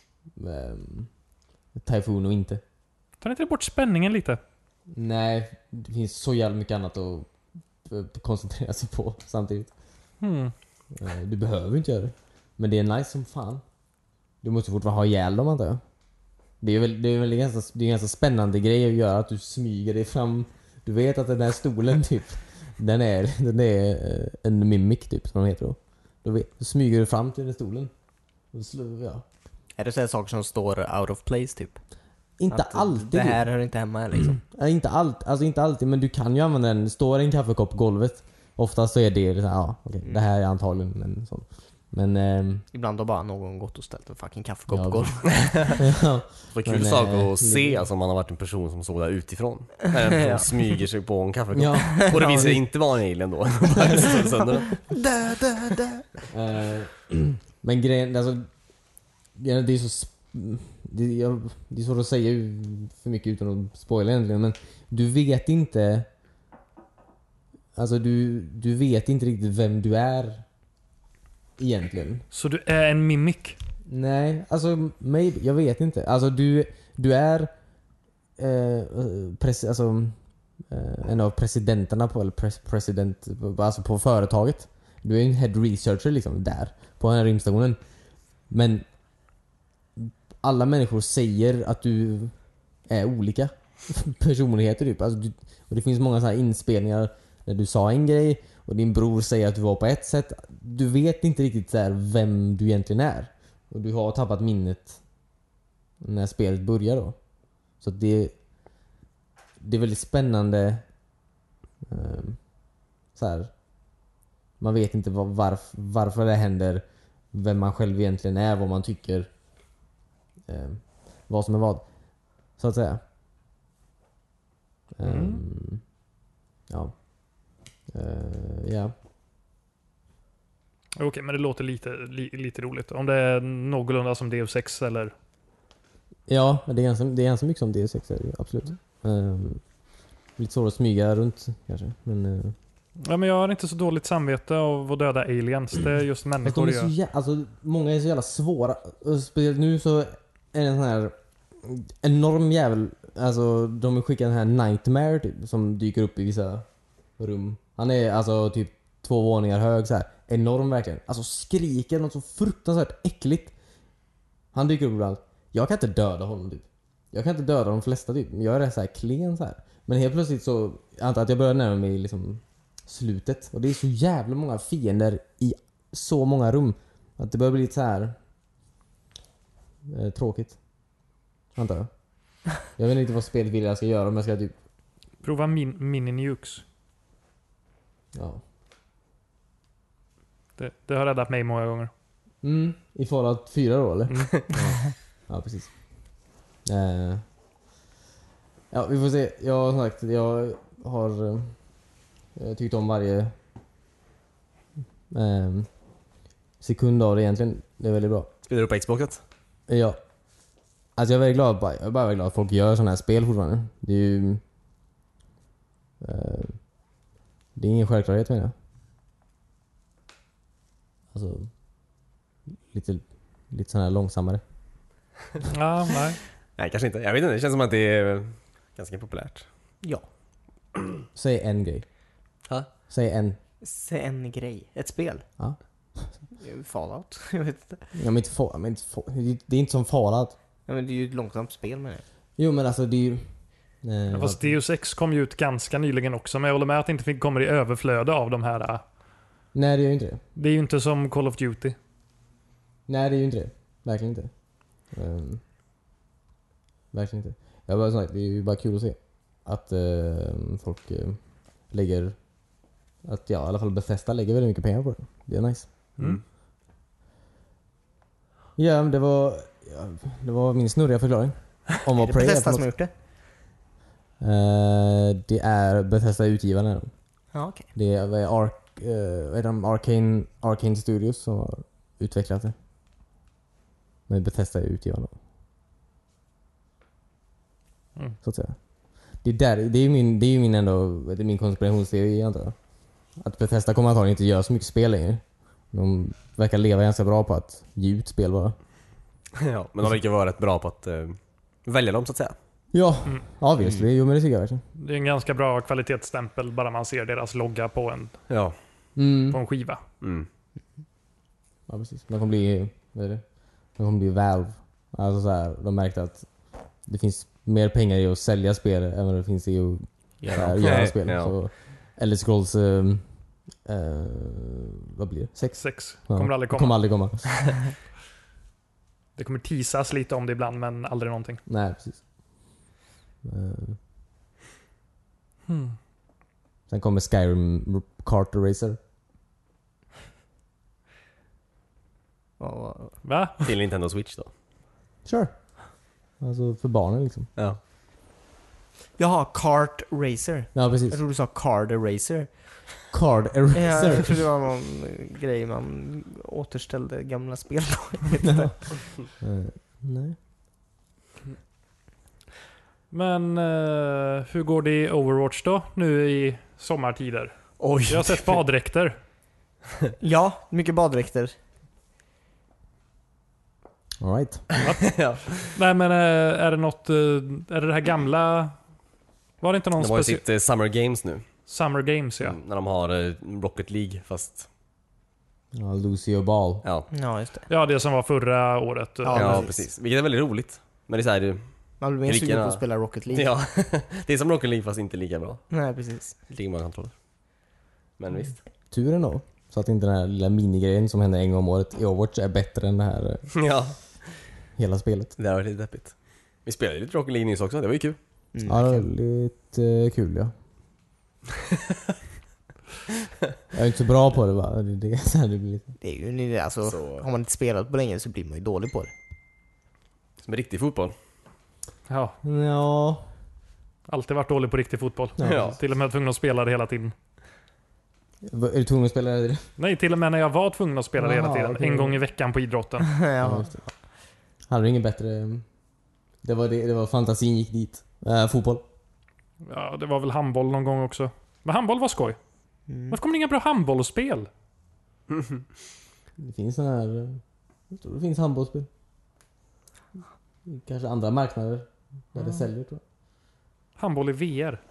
um, Typhoon och inte. Tar inte det bort spänningen lite? Nej, det finns så jävla mycket annat att eh, koncentrera sig på samtidigt. Hmm. Eh, Du behöver inte göra det. Men det är nice som fan. Du måste fortfarande ha ihjäl dem antar jag. Det är väl, det är väl en ganska, det är en ganska spännande grej att göra att du smyger dig fram. Du vet att den där stolen typ Den är, den är eh, en mimic typ som de heter då. Då, vet, då smyger du fram till den stolen. Och så slår, ja. Är det så här saker som står out of place typ? Inte Att alltid. Det här hör inte hemma liksom. Ja, inte allt, alltså inte alltid, men du kan ju använda den. Står en kaffekopp på golvet. Oftast så är det så här, ja, okej, Mm. det här är antagligen en sån. Men ehm, Ibland har bara någon gått och ställt en fucking kaffekopp Ja, på golvet. ja, Det kul Men, sak eh, att se, det- alltså om man har varit en person som såg där utifrån. En person Ja. smyger sig på en kaffekopp. ja. Och det visar Ja, sig inte vara en alien då. Bara slår sönder den. Dö, dö, dö. Eh, men grejen, alltså det är så sp- det, jag, det är svårt att säga för mycket utan att spoila egentligen, men du vet inte, alltså du, du vet inte riktigt vem du är egentligen. Så du är en mimic? Nej, alltså maybe, jag vet inte. Alltså du, du är eh, pres, alltså, eh, en av presidenterna på, eller pres, president, alltså på företaget. Du är en head researcher liksom där, på den här rymdstationen. Men alla människor säger att du är olika personligheter typ. Alltså, du, och det finns många så här inspelningar där du sa en grej och din bror säger att du var på ett sätt. Du vet inte riktigt så här vem du egentligen är. Och du har tappat minnet när spelet börjar då. Så det det är väldigt spännande um, så här. Man vet inte var, varf, varför det händer, vem man själv egentligen är, vad man tycker, um, vad som är vad, så att säga. Um, Mm. Ja. Uh, ja. Okej, men det låter lite, li, lite roligt. Om det är någorlunda som Deus Ex eller... Ja, men det är ganska, det är ganska mycket som D sex är det ju, absolut. Um, lite svårt att smyga runt kanske. Men, uh, Ja, men jag har inte så dåligt samvete av att döda aliens. Det är just fast de människor är det så gör. jä- alltså, många är så jävla svåra. Och speciellt nu så är det en sån här enorm jävel. Alltså de skickar den här Nightmare typ, som dyker upp i vissa rum. Han är alltså typ två våningar hög så här. Enorm verkligen. Alltså skriker något så fruktansvärt äckligt. Han dyker upp ibland. Jag kan inte döda honom typ. Jag kan inte döda de flesta typ. Jag är rätt så här klen så här. Men helt plötsligt så jag antar att jag börjar närma mig liksom slutet. Och det är så jävla många fiender i så många rum. Att det börjar bli lite så här eh, tråkigt. Antar jag. Jag vet inte vad spelet vill jag ska göra, om jag ska typ... Prova min, mini-nukes. Ja. Det, det har räddat mig många gånger. Mm, i Fallout fyra då eller? Mm. Ja. Ja, precis. Eh. Ja, vi får se. Jag har sagt, jag har eh, tyckt om varje eh, sekund av det egentligen. Det är väldigt bra. Spelar du på Xboxet? Ja. Alltså jag är väldigt glad, bara, jag är bara väldigt glad att folk gör sådana här spel fortfarande. Det är ju... Eh, det är ingen självklarhet menar jag. Alltså... Lite, lite sån här långsammare. Ja, nej. Nej, kanske inte. Jag vet inte, det känns som att det är ganska populärt. Ja. Säg en grej. Ha? Säg en. Se en grej. Ett spel. Ja. Fallout. Jag vet inte. Ja, men inte fa- men inte fa- det är inte som Fallout. Ja, men det är ju ett långsamt spel med det. Jo men alltså det är ju... Eh, Ja, fast Deus Ex kom ju ut ganska nyligen också, men jag håller med att det inte kommer i överflöde av de här. Nej det är ju inte det. Det är ju inte som Call of Duty. Nej det är ju inte det. Verkligen inte. Um, verkligen inte. Jag bara sagt, det är ju bara kul att se. Att uh, folk uh, lägger... Att ja, i alla fall Bethesda lägger väldigt mycket pengar på det. Det är nice. Mm. Ja, men det var... Ja, det var min snurriga förklaring. Om Är vad det Prey är Bethesda för som har något. gjort det? Uh, det är Bethesda utgivarna. Ja, okej. Det är, vad är Arc, uh, vad är de? Arcane, Arcane Studios som har utvecklat det. Men Bethesda är utgivarna. Mm. Så att säga. Det är, där, det är ju min, det är ju min ändå, det är min konspirationsteori antar jag. Att Bethesda kommer antagligen inte göra så mycket spel längre. De verkar leva ganska bra på att ge ut spel bara. Ja, men de verkar vara rätt bra på att uh, välja dem så att säga. Ja, Mm. ja visst. Det, jo men det tycker jag verkligen. Det är en ganska bra kvalitetsstämpel bara man ser deras logga på en, Ja. Mm. på en skiva. Mm. Ja precis. De kommer bli, vad är det? De kommer bli Valve. Alltså så här, de märkte att det finns mer pengar i att sälja spel än vad det finns i att göra, göra Nej, spel. ja. Så Elder Scrolls um, uh, vad blir det? Sex? Sex Ja. kommer aldrig komma. Kommer aldrig komma. Det kommer teasas lite om det ibland, men aldrig någonting. Nej, precis. Uh, Hmm. sen kommer Skyrim Kart Racer. Vad- vad- Va? Till Nintendo Switch då. Sure. Alltså för barnen liksom. Ja. Jaha, Kart Racer. Ja, precis. Jag tror du sa Card Eraser. Card Ja, Eracer. jag tror det var någon eh, grej man återställde gamla spel på. Jag vet inte. Uh, nej. Men eh, hur går det i Overwatch då, nu i sommartider? Oj. Jag har sett baddräkter. Ja, mycket baddräkter. All right. Ja. Nej men eh, är det något, eh, är det det här gamla, var det inte någon De har ju speciell sitt eh, Summer Games nu. Summer Games ja? Mm, när de har eh, Rocket League fast... Ja, Lucio Ball. Ja. Ja, just det. Ja, det som var förra året. Ja, Ja, precis. precis. Vilket är väldigt roligt. Men det är så här, det, Man blir mer Lika sugen på gärna. att spela Rocket League. ja, det är som Rocket League fast inte lika bra. Nej, precis. Lika många kontroller. Men visst. Tur ändå. Så att inte den här lilla minigrejen som händer en gång om året i Overwatch är bättre än det här eh, Ja, hela spelet. det har varit lite deppigt. Vi spelade lite Rocket League nyss också, det var ju kul. Mm. Ja, det är lite eh, kul ja. Jag är inte så bra på det va. Det, det, så här, det blir lite... Det är ju en idé, alltså, Så- har man inte spelat på länge så blir man ju dålig på det. Som riktig fotboll. Ja, Ja. alltid varit dålig på riktig fotboll. Ja. Till och med tvungen att spela det hela tiden. Va- Är du tvungen att spela det? Nej, till och med när jag var tvungen att spela det hela Aha, tiden. okej. En gång i veckan på idrotten. Ja, ja. just det. Hade du ingen bättre... Det var, det, det var fantasin gick dit. Äh, fotboll. Ja, det var väl handboll någon gång också. Men handboll var skoj. Mm. Varför kommer det inga bra handbollsspel? Det finns såna här... eh, Jag tror det finns handbollsspel. Kanske andra marknader där Mm. det säljer, tror Handboll i V R.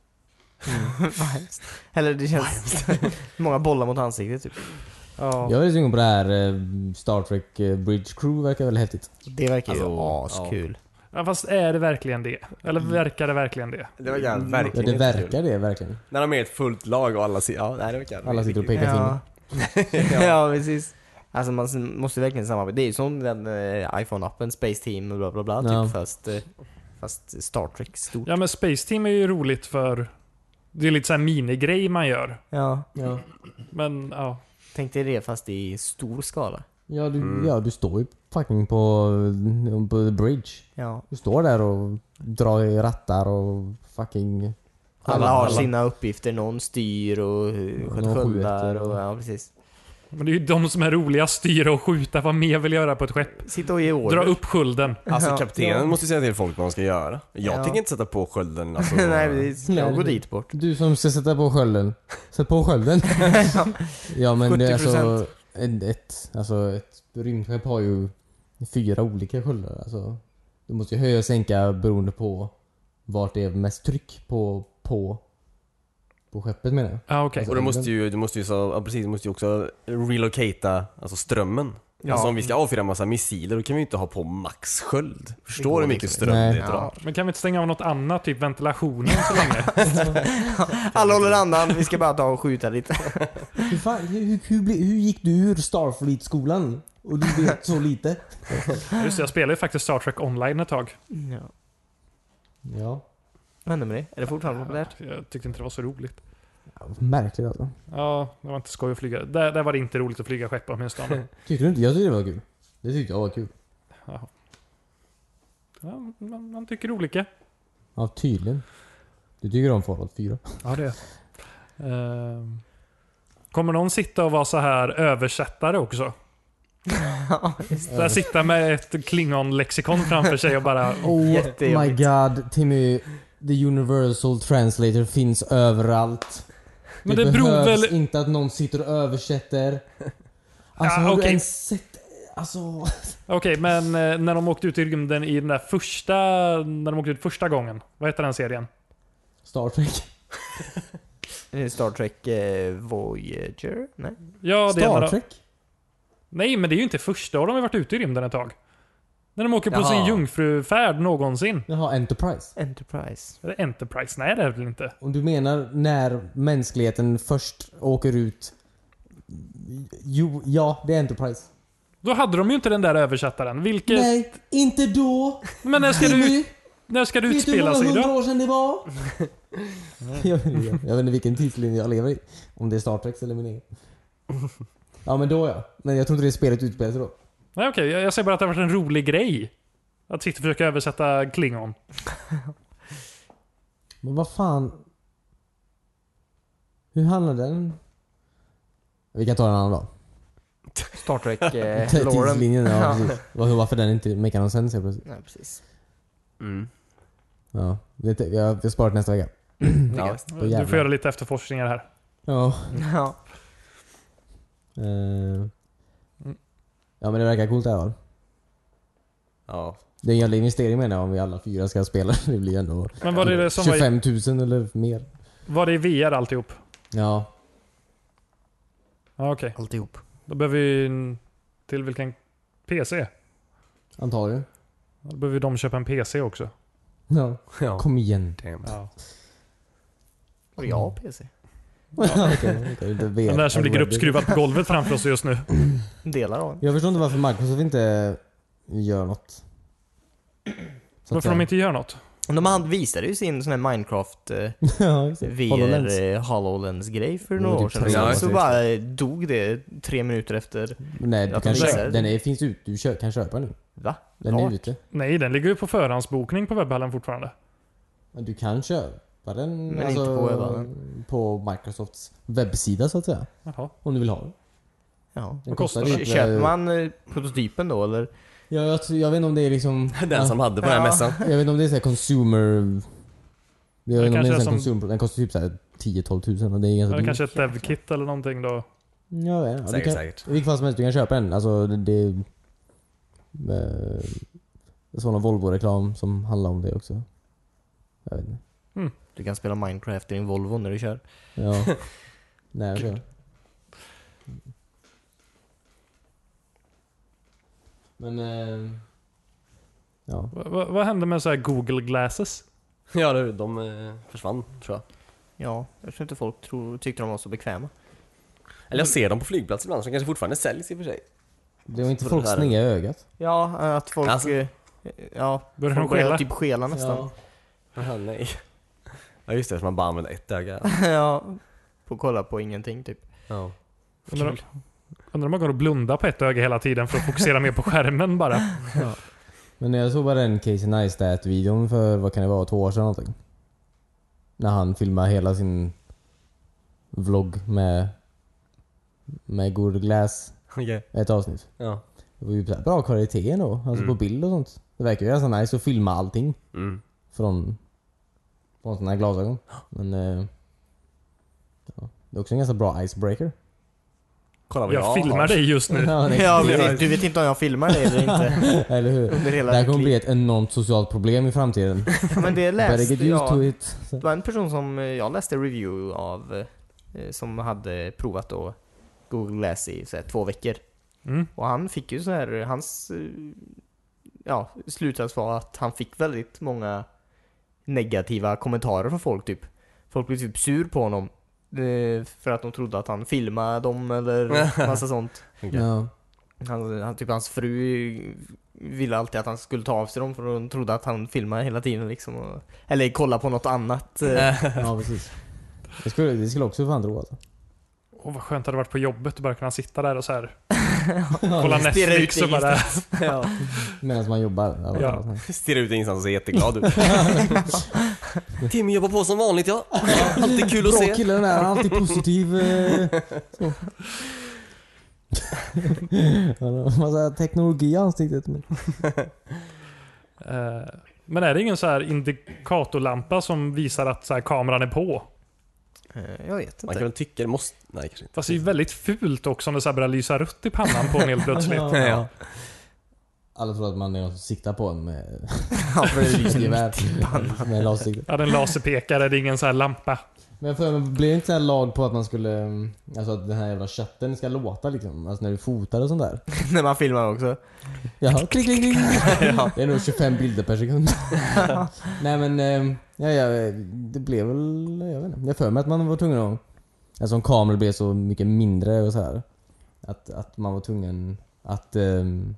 Vad hemskt. Eller det känns många bollar mot ansiktet typ. Ja. jag. Jag är väldigt sugen på det här eh, Star Trek eh, Bridge Crew, verkar väldigt häftigt. Det verkar ju Alltså, askul. ja, fast är det verkligen det? Eller verkar det verkligen det? Det var Ja, verkligen det inte kul. verkar det verkligen. När de är ett fullt lag och alla, si- ja, nej, det verkar Alla sitter och pekar Ja. finger. ja, precis. Alltså man måste verkligen samarbeta. Det är ju som den eh, iPhone-appen, Space Team och bla bla bla, Ja. typ, fast, eh, fast Star Trek stort. Ja, men Space Team är ju roligt för... Det är lite så här minigrej man gör. Ja, Ja. Men, ja. tänk dig det fast i stor skala. Ja, du, Mm. ja, du står ju fucking på, på the bridge. Ja. Du står där och drar i rattar och fucking... Alla har sina uppgifter, någon styr och eh, sköter Någon sköldar skjuter och och- ja, precis. Men det är ju de som är roliga, styra och skjuta. Vad mer vill göra på ett skepp? Sitta och ge order. Dra upp skölden. Alltså Ja. kaptenen Ja. måste säga till folk vad de ska göra. Jag Ja. tänker inte sätta på skölden. Alltså, Nej, precis. Jag Nej. går dit bort. Du som ska sätta på skölden. Sätt på skölden. Ja, men det är sjuttio alltså procent. ett, ett, alltså ett rymdskepp har ju fyra olika sköldar. Alltså, du måste ju höja och sänka beroende på vart det är mest tryck på, på, på skeppet, menar jag. Ja, okej. Och du måste ju, du måste ju, så, ja, precis, du måste ju också relocata alltså strömmen. Ja. Alltså om vi ska avfyra en massa missiler då kan vi ju inte ha på max sköld. Det Förstår går du hur mycket liksom ström inte. det Ja. drar? Men kan vi inte stänga av något annat? Typ ventilationen så länge? Alla håller andan, vi ska bara ta och skjuta lite. Hur, fan, hur, hur, hur, bli- hur gick du ur Starfleet-skolan? Och du vet så lite? Just det, jag spelade ju faktiskt Star Trek online ett tag. Ja. Ja, Vad hände med det? Är det fortfarande populärt? Jag tyckte inte det var så roligt. märkligt alltså. Ja, det var inte skoj att flyga. Där, där var det inte roligt att flyga skepp åtminstone. Tyckte du inte? Jag tyckte det var kul. Det tyckte jag var kul. Ja. Ja, man, man tycker olika. Ja, tydligen. Du tycker om Fallout fyra? Ja, det. Ehm, kommer någon sitta och vara så här översättare också? Ja, Där sitta med ett Klingon-lexikon framför sig och bara... Oh my Jättejobbigt. god, Timmy. The Universal Translator finns överallt. Men det det beror behövs väl... inte att någon sitter och översätter. Alltså, Ja, har okej. du ens sett... Alltså... Okej, men eh, när de åkte ut i rymden i den där första... När de åkte ut första gången. Vad heter den serien? Star Trek. Är det Star Trek eh, Voyager? Nej. Ja, det är när Star de, Trek? Nej, men det är ju inte första. Och de har varit ute i rymden ett tag. När de åker på Jaha. sin jungfrufärd någonsin. Jaha, Enterprise. Enterprise. Är det Enterprise? Nej, det är det väl inte. Om du menar när mänskligheten först åker ut... Jo, ja, det är Enterprise. Då hade de ju inte den där översättaren. Vilket... Nej, inte då! Men när ska, du, Timmy, när ska det vet du hur utspela många sig hundra då? år sedan det var? jag, jag, jag vet inte vilken tidslinje jag lever i. Om det är Star Trek eller min egen. Ja, men då ja. Men jag tror inte det spelet utspelar sig då. Nej, okej. Jag jag säger bara att det har varit en rolig grej. Att sitta och försöka översätta Klingon. Men vad fan... Hur handlar den? Vi kan ta en annan dag. Star Trek eh, T- Lauren. Tidslinjen, ja, Ja. precis. Var- Varför den inte make någon sens helt plötsligt. Nej, precis. Mm. Ja, det, jag, jag sparar till nästa vecka. Ja. Du jävlar. får göra lite efterforskningar här. Ja. Ja. Eh. Ja, men det verkar coolt det här, va? Ja. Det är en jävla investering, menar jag, om vi alla fyra ska spela. Det blir ändå Men var det det som var i, tjugofem tusen eller mer. var det i V R alltihop? Ja. Ja, okej. Alltihop. Då behöver vi... en- Till vilken P C? Antagligen. Då behöver de köpa en P C också. Ja. Ja. Kom igen. Damn. Ja. Och jag har P C. Okej, okej, det vet Den där som jag. ligger uppskruvad på golvet framför oss just nu. Delar av den. Jag förstår inte varför Microsoft inte gör något. Så att Varför säga. de inte gör något? De hade visade ju sin sån här Minecraft eh, Ja, exakt. V HoloLens. R eh, HoloLens-grej för Det några var år typ sedan. tre år så sedan. bara eh, dog det tre minuter efter. Nej, du Jag kan tror köpa, det. den är, finns ut. Du kö, kan köpa den. Va? Den är Rart. ute. Nej, den ligger ju på förhandsbokning på webbhallen fortfarande. Men du kan köpa den Men alltså, inte på webbhallen. på Microsofts webbsida, så att säga. Jaha. Om du vill ha den. Ja. Den Vad kostar kostar det? typ, Köper eh, man eh, prototypen då eller? Ja, jag, tror- jag vet inte om det är liksom... Den som hade på den här Ja. mässan. Jag vet inte om det är så här consumer Det är Det ju kanske en är sån som- konsum, den kostar typ så här tio till tolv tusen och det är ganska Eller dyrt. kanske ett dev-kit eller någonting då. Ja, ja, du Säkert, kan, säkert. i vilket fall som helst, du kan köpa den. Alltså det, det eh, är sån Volvo-reklam som handlar om det också. Jag vet inte. Du kan spela Minecraft i din Volvo när du kör. Ja. Nej, så. Men eh, ja. Va, va, vad hände med så här Google Glasses? Ja, det- de eh, försvann tror jag. Ja, jag tror inte folk tro, tyckte de var så bekväma. Eller jag ser dem på flygplatser ibland, så de kanske fortfarande säljs i och för sig. Det var inte För folk det där- sneda i ögat. Ja, att folk... Alltså- eh, ja, Börjar folk de skela? börjar typ skela nästan. Aha, nej. Ja just det, för man bara använder ett öga. Ja. Får kolla på ingenting typ. Ja. Undrar, undrar om man går och blundar på ett öga hela tiden för att fokusera mer på skärmen bara. Ja. Men jag såg bara den Casey Neistat-videon för, vad kan det vara, två år sedan någonting. När han filmar hela sin vlogg med med Google Glass, Okej. ett avsnitt. Ja. Det var ju så här bra kvalitet ändå, alltså Mm. på bild och sånt. Det verkar ju ganska nice att filma allting Mm. från från såna här glasögon. Men eh, ja, det är också en ganska bra icebreaker. Kolla vad jag, Jag filmar har. dig just nu. Ja, det- Ja, det- precis. Du vet inte om jag filmar det eller inte. Eller hur? Under hela Det här kommer ditt bli liv. ett enormt socialt problem i framtiden. Men det Better läste get used to jag. it. Det var en person som eh, jag läste review av eh, som hade provat då Google Glass i så här, två veckor. Mm. Och han fick ju så här, hans eh, ja, slutsats var att han fick väldigt många negativa kommentarer från folk typ. Folk blev typ sur på honom eh, för att de trodde att han filmade dem eller massa sånt. Okej. Ja. Han, han, typ hans fru ville alltid att han skulle ta av sig dem för hon trodde att han filmade hela tiden liksom. Och, eller kolla på något annat. eh. Ja, precis. Det skulle, det skulle också fan tro alltså. Åh, vad skönt det hade varit på jobbet att bara kunna sitta där och så här kolla Stirra Netflix ut och bara... ja. Medan man jobbar. Ja. Ja. Stirrar ut ingenstans och ser jätteglad ut. Timmy jobbar på som vanligt, ja. Alltid kul att Bra se. killen är alltid positiv. eh, så. Han har massa teknologi i ansiktet. Men. Eh, Men är det ingen så här indikatorlampa som visar att så här kameran är på? Eh, Jag vet Man inte. kan väl tycka det måste... Nej, kanske inte. Fast det är ju väldigt fult också om det så här börjar lysa rött i pannan på en helt plötsligt. Ja. Ja. Alla tror att man är någon som siktar på en med Ja, för det lyser gevär. mitt i pannan. Med lasersikte. Ja, den laserpekare, det är ingen så här lampa. Men jag för mig, blir det inte så här lag på att man skulle... Alltså att den här jävla chatten ska låta liksom? Alltså när du fotar och sånt där. När man filmar också. Jaha, klick, klick, klick. Ja. Det är nog tjugofem bilder per sekund. Nej men, eh, ja, ja, det blev väl, jag vet inte. Jag för mig att man var tvungen att... Alltså om kameran blev så mycket mindre och så här. Att, att man var tvungen att... ehm,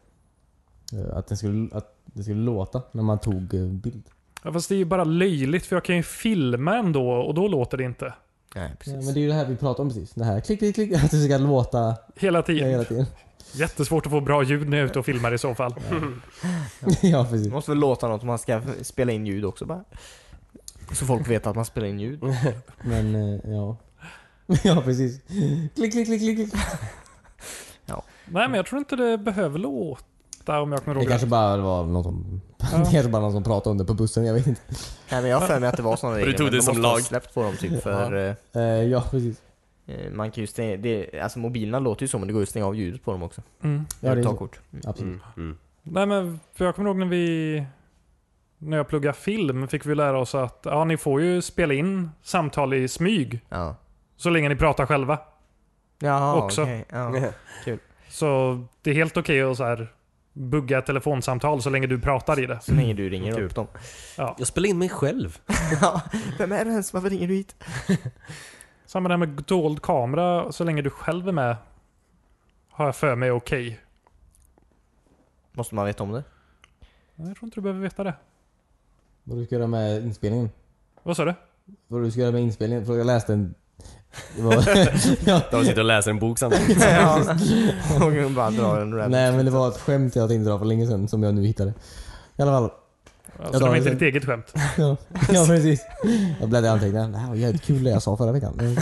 att, den skulle, att det skulle låta när man tog eh, bild. Ja, fast det är ju bara löjligt för jag kan ju filma ändå och då låter det inte. Nej, Ja, precis. men det är ju det här vi pratar om precis. Det här klick, klick, klick. Att det ska låta Hela tiden. hela tiden. Jättesvårt att få bra ljud när jag är ute och filmar i så fall. Ja, precis. Det måste väl låta något om man ska spela in ljud också bara. Så folk vet att man spelar in ljud. Men, eh, ja. Ja, precis. Klick, klick, klick, klick, klick. Nej, men jag tror inte det behöver låta om jag kommer Det ihåg kanske rätt. bara var någon som... Ja. Det kanske bara någon som pratade om det på bussen, jag vet inte. Nej, men jag har för mig att det var sådana du regler. tog men det de som måste ha lag. släppt på dem typ för... eh, Eh, ja, precis. eh, man kan ju stänga... Det, alltså mobilerna låter ju så men det går ju att stänga av ljudet på dem också. Mm. Ja, det är Ta så. kort. Mm. Absolut. Mm. Mm. Nej, men för jag kommer ihåg när vi... När jag pluggade film fick vi lära oss att ja, ni får ju spela in samtal i smyg Ja. så länge ni pratar själva. Jaha, Också. okej. Ja. Så det är helt okej att så här bugga ett telefonsamtal så länge du pratar i det. Så länge du ringer Kul. upp dem. Ja. Jag spelar in mig själv. Ja, vem är det ens? Varför ringer du hit? Samma där med dold kamera, så länge du själv är med har jag för mig är okej. Måste man veta om det? Nej, jag tror inte du behöver veta det. Vad du ska göra med inspelningen? Vad sa du? Vad du ska göra med inspelningen? För jag läste en... Det var... ja. De sitter och läser en bok samtidigt. Ja. Och hon bara drar en random. Nej men det var ett skämt jag tänkte dra för länge sedan som jag nu hittade. I alla fall. Alltså, det var inte ditt eget skämt. Ja, ja precis. Jag bläddrade i anteckningar. Det här var jävligt kul det jag sa förra veckan.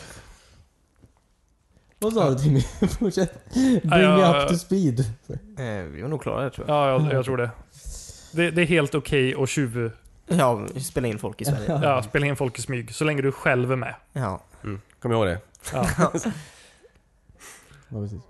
Vad sa du Timmy? Fortsätt. Bring Ja, me ja, up to speed. Eh, vi var nog klara där tror jag. Ja, jag, jag tror det. Det, det är helt okej att tjuv, Ja, spela in folk i Sverige. Ja, spela in folk i smyg. Så länge du själv är med. Ja. Mm. Kom ihåg det. Ja. Ja, precis.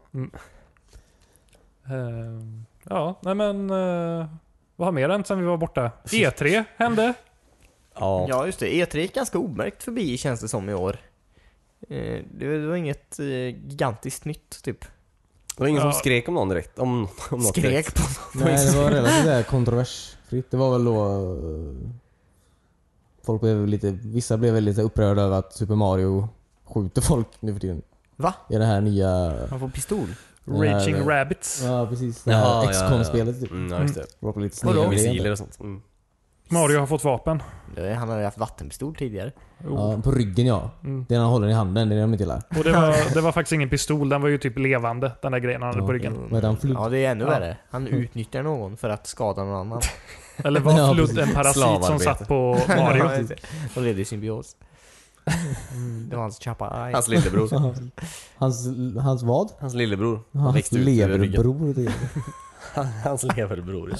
Uh, ja, nej men... Uh, vad har mer hänt sen vi var borta? E tre hände. Ja. Ja, just det. E tre gick ganska omärkt förbi, känns det som, i år. Eh, det var inget eh, gigantiskt nytt, typ. Det var ingen Ja. som skrek om någon direkt. Om, om något direkt. Skrek på Nej, det var relativt där kontroversfritt. Det var väl då... eh, Folk blev lite... Vissa blev väl lite upprörda över att Super Mario skjuter folk nu för tiden. Va? I det här nya... Man får pistol? Raging Ja, Rabbits. Ja, precis. Det här Jaha, ja, X ja. COM-spelet typ. Mm, ja, just det. Det var på lite Vadå? snygga Missiler grejer. och sånt. Mm. Mario har fått vapen. Det, han hade haft vattenpistol tidigare. Oh. Ja, på ryggen ja. Mm. Det han håller i handen, det är de inte gillar. Och det var, det var faktiskt ingen pistol, den var ju typ levande, den där grejen han hade på Ja. ryggen. Vad heter han? Flood? Ja, det är ännu Ja. värre. Han utnyttjar någon för att skada någon annan. Eller var Ja, Flood precis. en parasit som Slavarbete. satt på Mario? Ja, just det. Och levde i symbios. Det var hans chappa eye. Hans lillebror. Hans, hans vad? Hans lillebror. Han Hans växte ut ur ryggen. leverbror. det är. Hans leverbror.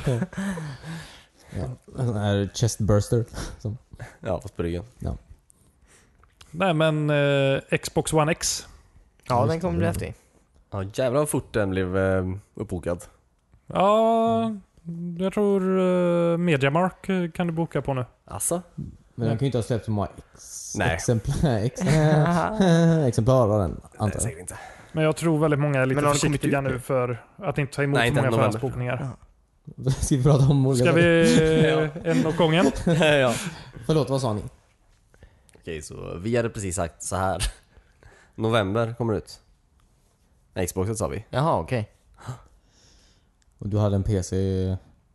Ja. En sån här chestburster. Ja, fast på ryggen. Nej men eh, Xbox One X. Ja, den kommer bli häftig. Ja, jävlar vad fort den blev eh, uppbokad. Ja, jag tror uh, Mediamark eh, kan du boka på nu. Alltså? Men den kan ju inte ha släppt så många ex, Nej. exemplar, ex, exemplar av den, Nej, antar jag. säkert inte. Men jag tror väldigt många är lite Men har det kommit försiktiga ut nu nu? för att inte ta emot Nej, så inte många november. förhandsbokningar. Ska vi prata om olika Ska vi Ja. eh, en åt gången? Ja. Förlåt, vad sa ni? Okej, så vi hade precis sagt så här. November kommer ut. Nej, Xboxet sa vi. Jaha, okej. Och du hade en P C...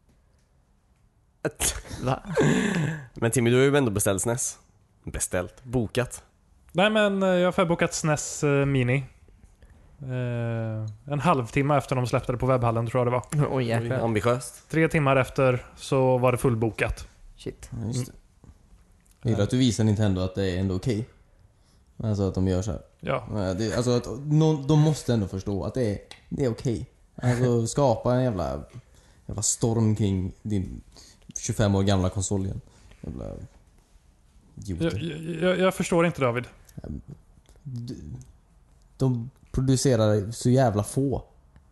Va? Men Timmy, du har ju ändå beställt S N E S. Beställt. Bokat. Nej men eh, jag har förbokat S N E S eh, Mini. Eh, en halvtimme efter de släppte det på webbhallen tror jag det var. Oj, jäklar. Ambitiöst. Tre timmar efter så var det fullbokat. Shit. Ja, just det. Jag gillar att du visar Nintendo att det är ändå okej. Alltså att de gör så här. Ja. Ja, det, alltså att någon, de måste ändå förstå att det är, det är okej. Alltså skapa en jävla, jävla storm kring din tjugofem år gamla konsol igen. Jävla Jag, idioter. jag, jag förstår inte David. De, de producerar så jävla få.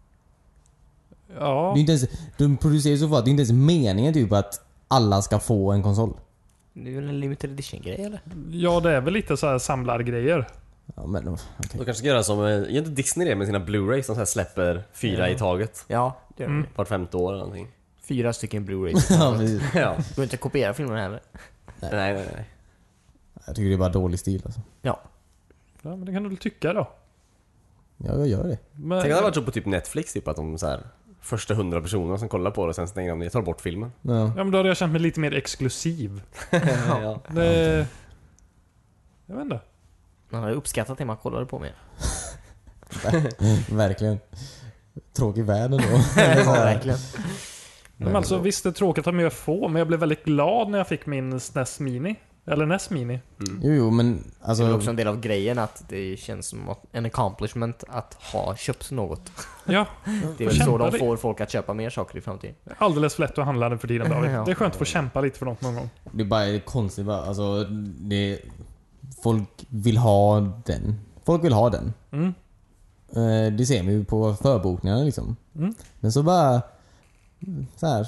Ja. Det är inte ens, de producerar så få att det är inte ens meningen typ att alla ska få en konsol. Det är väl en limited edition-grej, eller? Ja, det är väl lite så här samlargrejer. Ja, men okej. De kanske ska göra som, eh, gör inte Disney det med sina Blu-rays? De så här släpper fyra Ja. i taget. Ja, det gör Mm. det. Vart femte år eller någonting. Fyra stycken Blu-rays. Ja, precis. Ja. Går inte att kopiera filmen heller. Nej, nej, nej. Jag tycker det är bara dålig stil alltså. Ja. Ja, men det kan du väl tycka då. Ja, jag gör det. Men, Tänk att det hade varit så på typ Netflix, typ att de så här första hundra personerna som kollar på det och sen stänger de ner, tar bort filmen. Ja. Ja, men då hade jag känt mig lite mer exklusiv. Ja. Det... Jag vet inte. Man hade uppskattat det man kollade på med. Verkligen. Tråkig värld ändå. Ja, verkligen. Men alltså, visst det är tråkigt att jag få, men jag blev väldigt glad när jag fick min S N E S Mini. Eller N E S Mini. Jo, jo, men Det är alltså... väl också en del av grejen att det känns som att- en accomplishment att ha köpt något. Ja, Det är väl Kämpa så de lite. får folk att köpa mer saker i framtiden. alldeles för lätt att handla den för tiden David. Ja. Det är skönt att få kämpa lite för något någon gång. Det är bara det är konstigt bara. Alltså, det... Folk vill ha den. Folk vill ha den. Mm. Eh, Det ser man ju på förbokningarna liksom. Mm. Men så bara... Så här.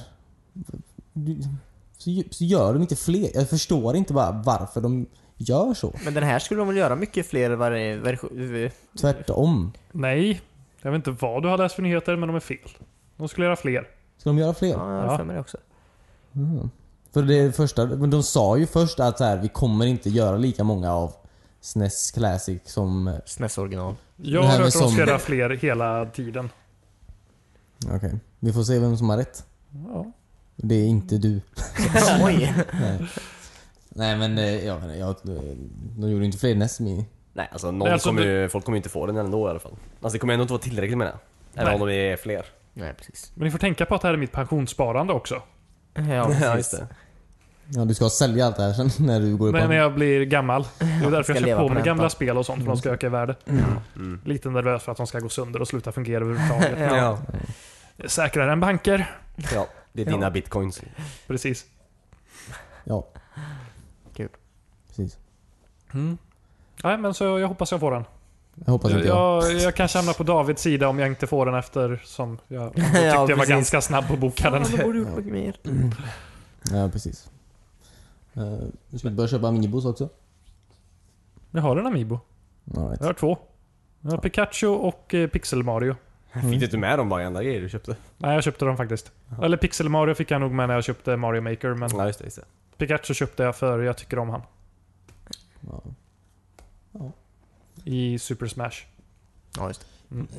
Så, så gör de inte fler. Jag förstår inte bara varför de gör så. Men den här skulle de väl göra mycket fler var- version... Tvärtom. Nej, jag vet inte vad du har läst för nyheter, men de är fel. De skulle göra fler. Ska de göra fler? Ja, jag har Ja. för mig det också. Mm. För det första, men de sa ju först att så här, vi kommer inte göra lika många av S N E S Classic som... S N E S original. Jag Det har här med hört att de ska som- göra fler hela tiden. Okej, vi får se vem som har rätt. Ja. Det är inte du. Oj! Nej, Nej men eh, ja, jag, de gjorde inte fler N E S Mini. Nej, alltså, någon Nej, alltså, kommer det- ju, folk kommer ju inte få den ändå i alla fall. Alltså det kommer ändå inte vara tillräckligt med det. Eller Nej. om de är fler. Nej, precis. Men ni får tänka på att det här är mitt pensionssparande också. Ja, Ja, precis. just det. Ja, du ska sälja allt det här sen när du går upp. Men när jag blir gammal. Det är därför ska jag leva köper på på mig gamla räntan. spel och sånt för de ska öka i värde. Mm. Lite nervös för att de ska gå sönder och sluta fungera överhuvudtaget. Ja. Ja. Det är säkrare än banker. Ja, det är dina bitcoins. Precis. Ja. Kul. Precis. Mm. Nej, men så jag hoppas jag får den. Jag hoppas inte jag. Jag, jag kanske hamnar på Davids sida om jag inte får den efter som jag, jag tyckte Ja, jag var precis. ganska snabb på att boka den. Ja, då borde du upp mycket mer. Ja, precis. Uh, du ska börja köpa Amiibos också? Jag har en Amiibo. All right. Jag har två. Jag har Pikachu och eh, Pixel Mario. Fick du inte med de varenda grejer du köpte? Nej, jag köpte dem faktiskt. Eller Pixel Mario fick jag nog med när jag köpte Mario Maker, men Ja, just det, just det. Pikachu köpte jag för jag tycker om han. Ja. I Super Smash. Ja, just det. Mm.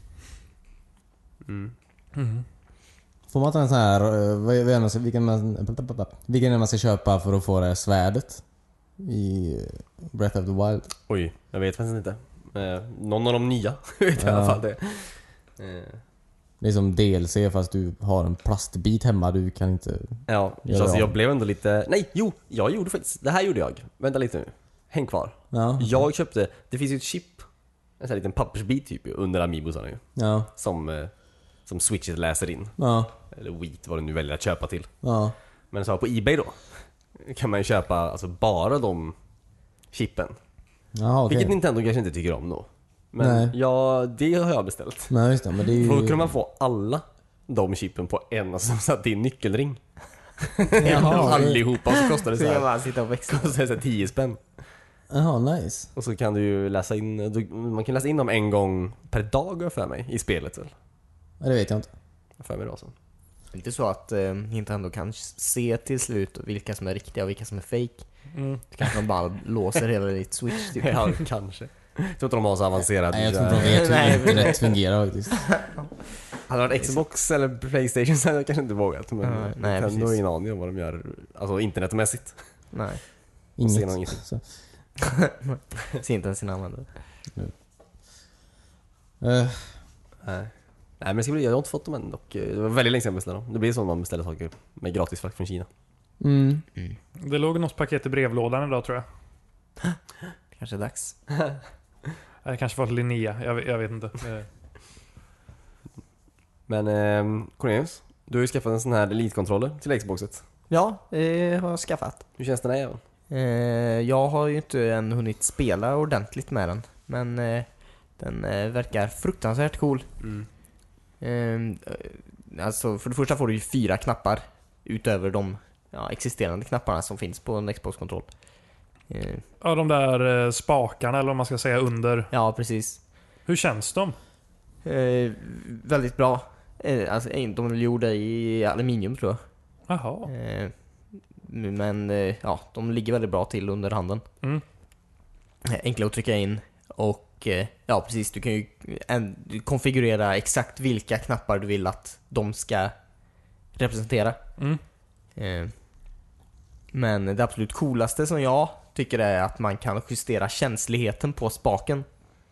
Mm. Mm. Får man inte en sån här... eh, vad är- vad är det, vilken, man, vilken är det man ska köpa för att få det här svärdet? I eh, Breath of the Wild. Oj, jag vet faktiskt inte. Eh, någon av de nya vet jag i Ja. alla fall det. Eh, Det är som D L C fast du har en plastbit hemma. Du kan inte... ja, Ja, alltså ja. jag blev ändå lite... Nej, jo, jag gjorde faktiskt... Det här gjorde jag. Vänta lite nu. Häng kvar. Ja. Jag köpte... Det finns ju ett chip. En sån här liten pappersbit typ under Amiibosarna ju. Ja. Som, eh, som Switchet läser in. Ja. Eller Wheat, vad du nu väljer att köpa till. Ja. Men så på eBay då kan man ju köpa alltså bara de chippen. Jaha, okej. Vilket Nintendo kanske inte tycker om då. Men Nej. ja, det har jag beställt. Nej, just det. Men det är ju... För då kunde man få alla de chippen på en och som satt i en nyckelring. Jaha, det- Allihopa, och så kostar det Så så jag här, bara sitta och växla. kostar det så här tio spänn. Jaha, nice. Och så kan du ju läsa in, du- man kan läsa in dem en gång per dag har jag för mig i spelet väl. Ja, det vet jag inte. Jag har för mig då så. Det är inte så att eh, Nintendo kan se till slut vilka som är riktiga och vilka som är fake. Mm. Det kanske de bara låser hela ditt Switch typ. Ja, kanske. Jag tror inte de har så avancerad. Nej, jag tror inte de vet hur Nej. internet fungerar faktiskt. Hade det varit Xbox eller Playstation så hade jag kanske inte vågat. Men Ja, nej, jag har precis. nog ingen aning om vad de gör, alltså internetmässigt. Nej, ser nog Inget. ingenting. Så. ser inte ens sina användare. Eh, Nej. Nej men det ska bli, jag har inte fått dem än dock. Det var väldigt länge sedan jag beställde dem. Det blir så när man beställer saker med gratis frakt från Kina. mm. Det låg något paket i brevlådan idag tror jag. Kanske är dags. Det kanske var till Linnea, jag, vet- jag vet inte. Eh, Men eh, Cornelius, du har ju skaffat en sån här Elite-kontroller till Xboxet. Ja, det har jag skaffat. Hur känns den här även? Eh, jag har ju inte än hunnit spela ordentligt med den. Men eh, den eh, verkar fruktansvärt cool. Mm. Eh, alltså för det första får du ju fyra knappar utöver de ja, existerande knapparna som finns på en Xbox-kontroll. Eh, Ja, de där eh, spakarna eller vad man ska säga under. ja, precis. Hur känns de? Eh, väldigt bra. Eh, alltså, de är gjorda i aluminium tror jag. Jaha. Eh, men eh, ja, de ligger väldigt bra till under handen. Mm. Eh, Enkla att trycka in. Och eh, ja, precis. Du kan ju en, konfigurera exakt vilka knappar du vill att de ska representera. Mm. Eh, men det absolut coolaste som jag tycker är att man kan justera känsligheten på spaken.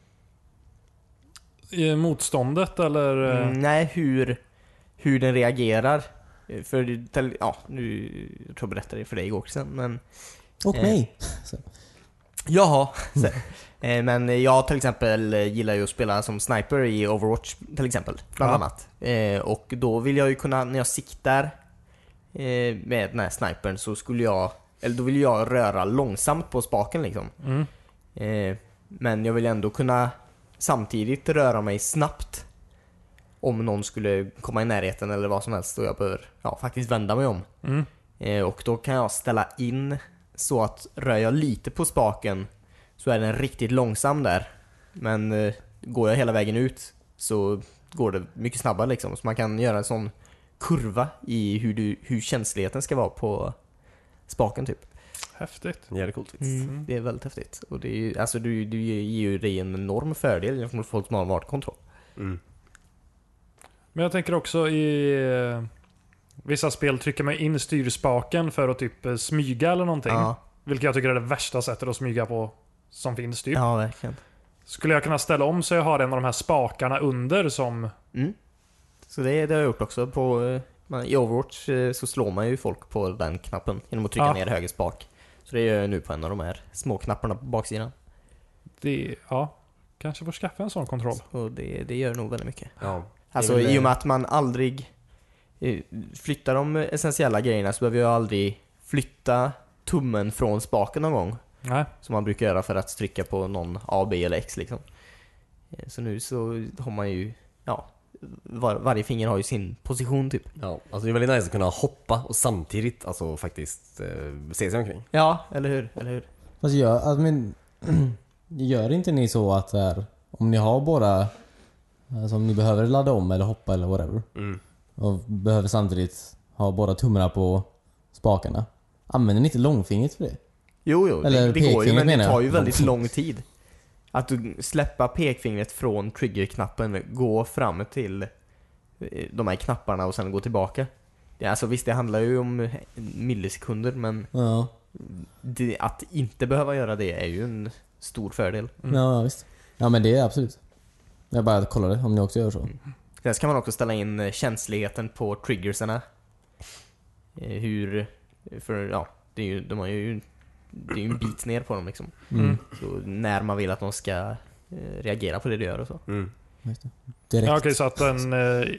I motståndet eller? eh, Mm, nej, hur, hur den reagerar. Eh, För, ja, nu jag tror jag berättade det för dig igår sen, men Och Eh. mig. jaha. Så, eh, men jag till exempel eh, gillar ju att spela som sniper i Overwatch till exempel, bland Ja. annat. Eh, och då vill jag ju kunna, när jag siktar eh, med den här snipern så skulle jag, eller då vill jag röra långsamt på spaken liksom. Mm. Eh, men jag vill ändå kunna samtidigt röra mig snabbt om någon skulle komma i närheten eller vad som helst och jag bör ja, faktiskt vända mig om. Mm. Eh, och då kan jag ställa in så att rör jag lite på spaken så är den riktigt långsam där. Men eh, går jag hela vägen ut så går det mycket snabbare liksom. Så man kan göra en sån kurva i hur, du, hur känsligheten ska vara på spaken typ. Häftigt. Jävligt coolt. Mm. Det är väldigt häftigt. Och det är ju, alltså du, du ger ju dig en enorm fördel jämfört med folk som har en varukontroll. Mm. Men jag tänker också i eh, vissa spel trycker man in styrspaken för att typ eh, smyga eller någonting. Ja, Vilket jag tycker är det värsta sättet att smyga på som finns typ. ja verkligen. Skulle jag kunna ställa om så jag har en av de här spakarna under som... Mm. Så det, det har jag gjort också. På, eh, man, i Overwatch eh, så slår man ju folk på den knappen genom att trycka Ja. ner höger spak. Så det gör jag nu på en av de här små knapparna på baksidan. Det, ja, kanske får skaffa en sån kontroll. Och det, det gör nog väldigt mycket. Ja. Alltså väl, i och med att man aldrig eh, flyttar de essentiella grejerna så behöver jag aldrig flytta tummen från spaken någon gång. Nej. Som man brukar göra för att trycka på någon A, B eller X liksom. Så nu så har man ju, ja, var, varje finger har ju sin position typ. Ja, alltså det är väldigt nice att kunna hoppa och samtidigt alltså faktiskt eh, se sig omkring. Ja, eller hur? Eller hur? Fast gör, alltså, men, gör inte ni så att så här, om ni har båda, alltså om ni behöver ladda om eller hoppa eller whatever, Mm. och behöver samtidigt ha båda tummarna på spakarna, använder ni inte långfingret för det? Jo, jo, Eller det, det går ju, pekfingret men det menar jag. tar ju väldigt lång tid. Att du släppa pekfingret från triggerknappen, gå fram till eh, de här knapparna och sen gå tillbaka. Det, alltså visst, det handlar ju om millisekunder, men Ja, det, att inte behöva göra det är ju en stor fördel. Mm. ja, ja visst. Ja, men det är absolut. Jag bara kollade om ni också gör så. Sen ska man också ställa in eh, känsligheten på triggersarna. Eh, hur, för ja, det är ju, de har ju, det är ju en bit ner på dem liksom. Mm. Så när man vill att de ska eh, reagera på det du gör och så. Mm. Just det. Direkt. Ja, okej, så att den eh,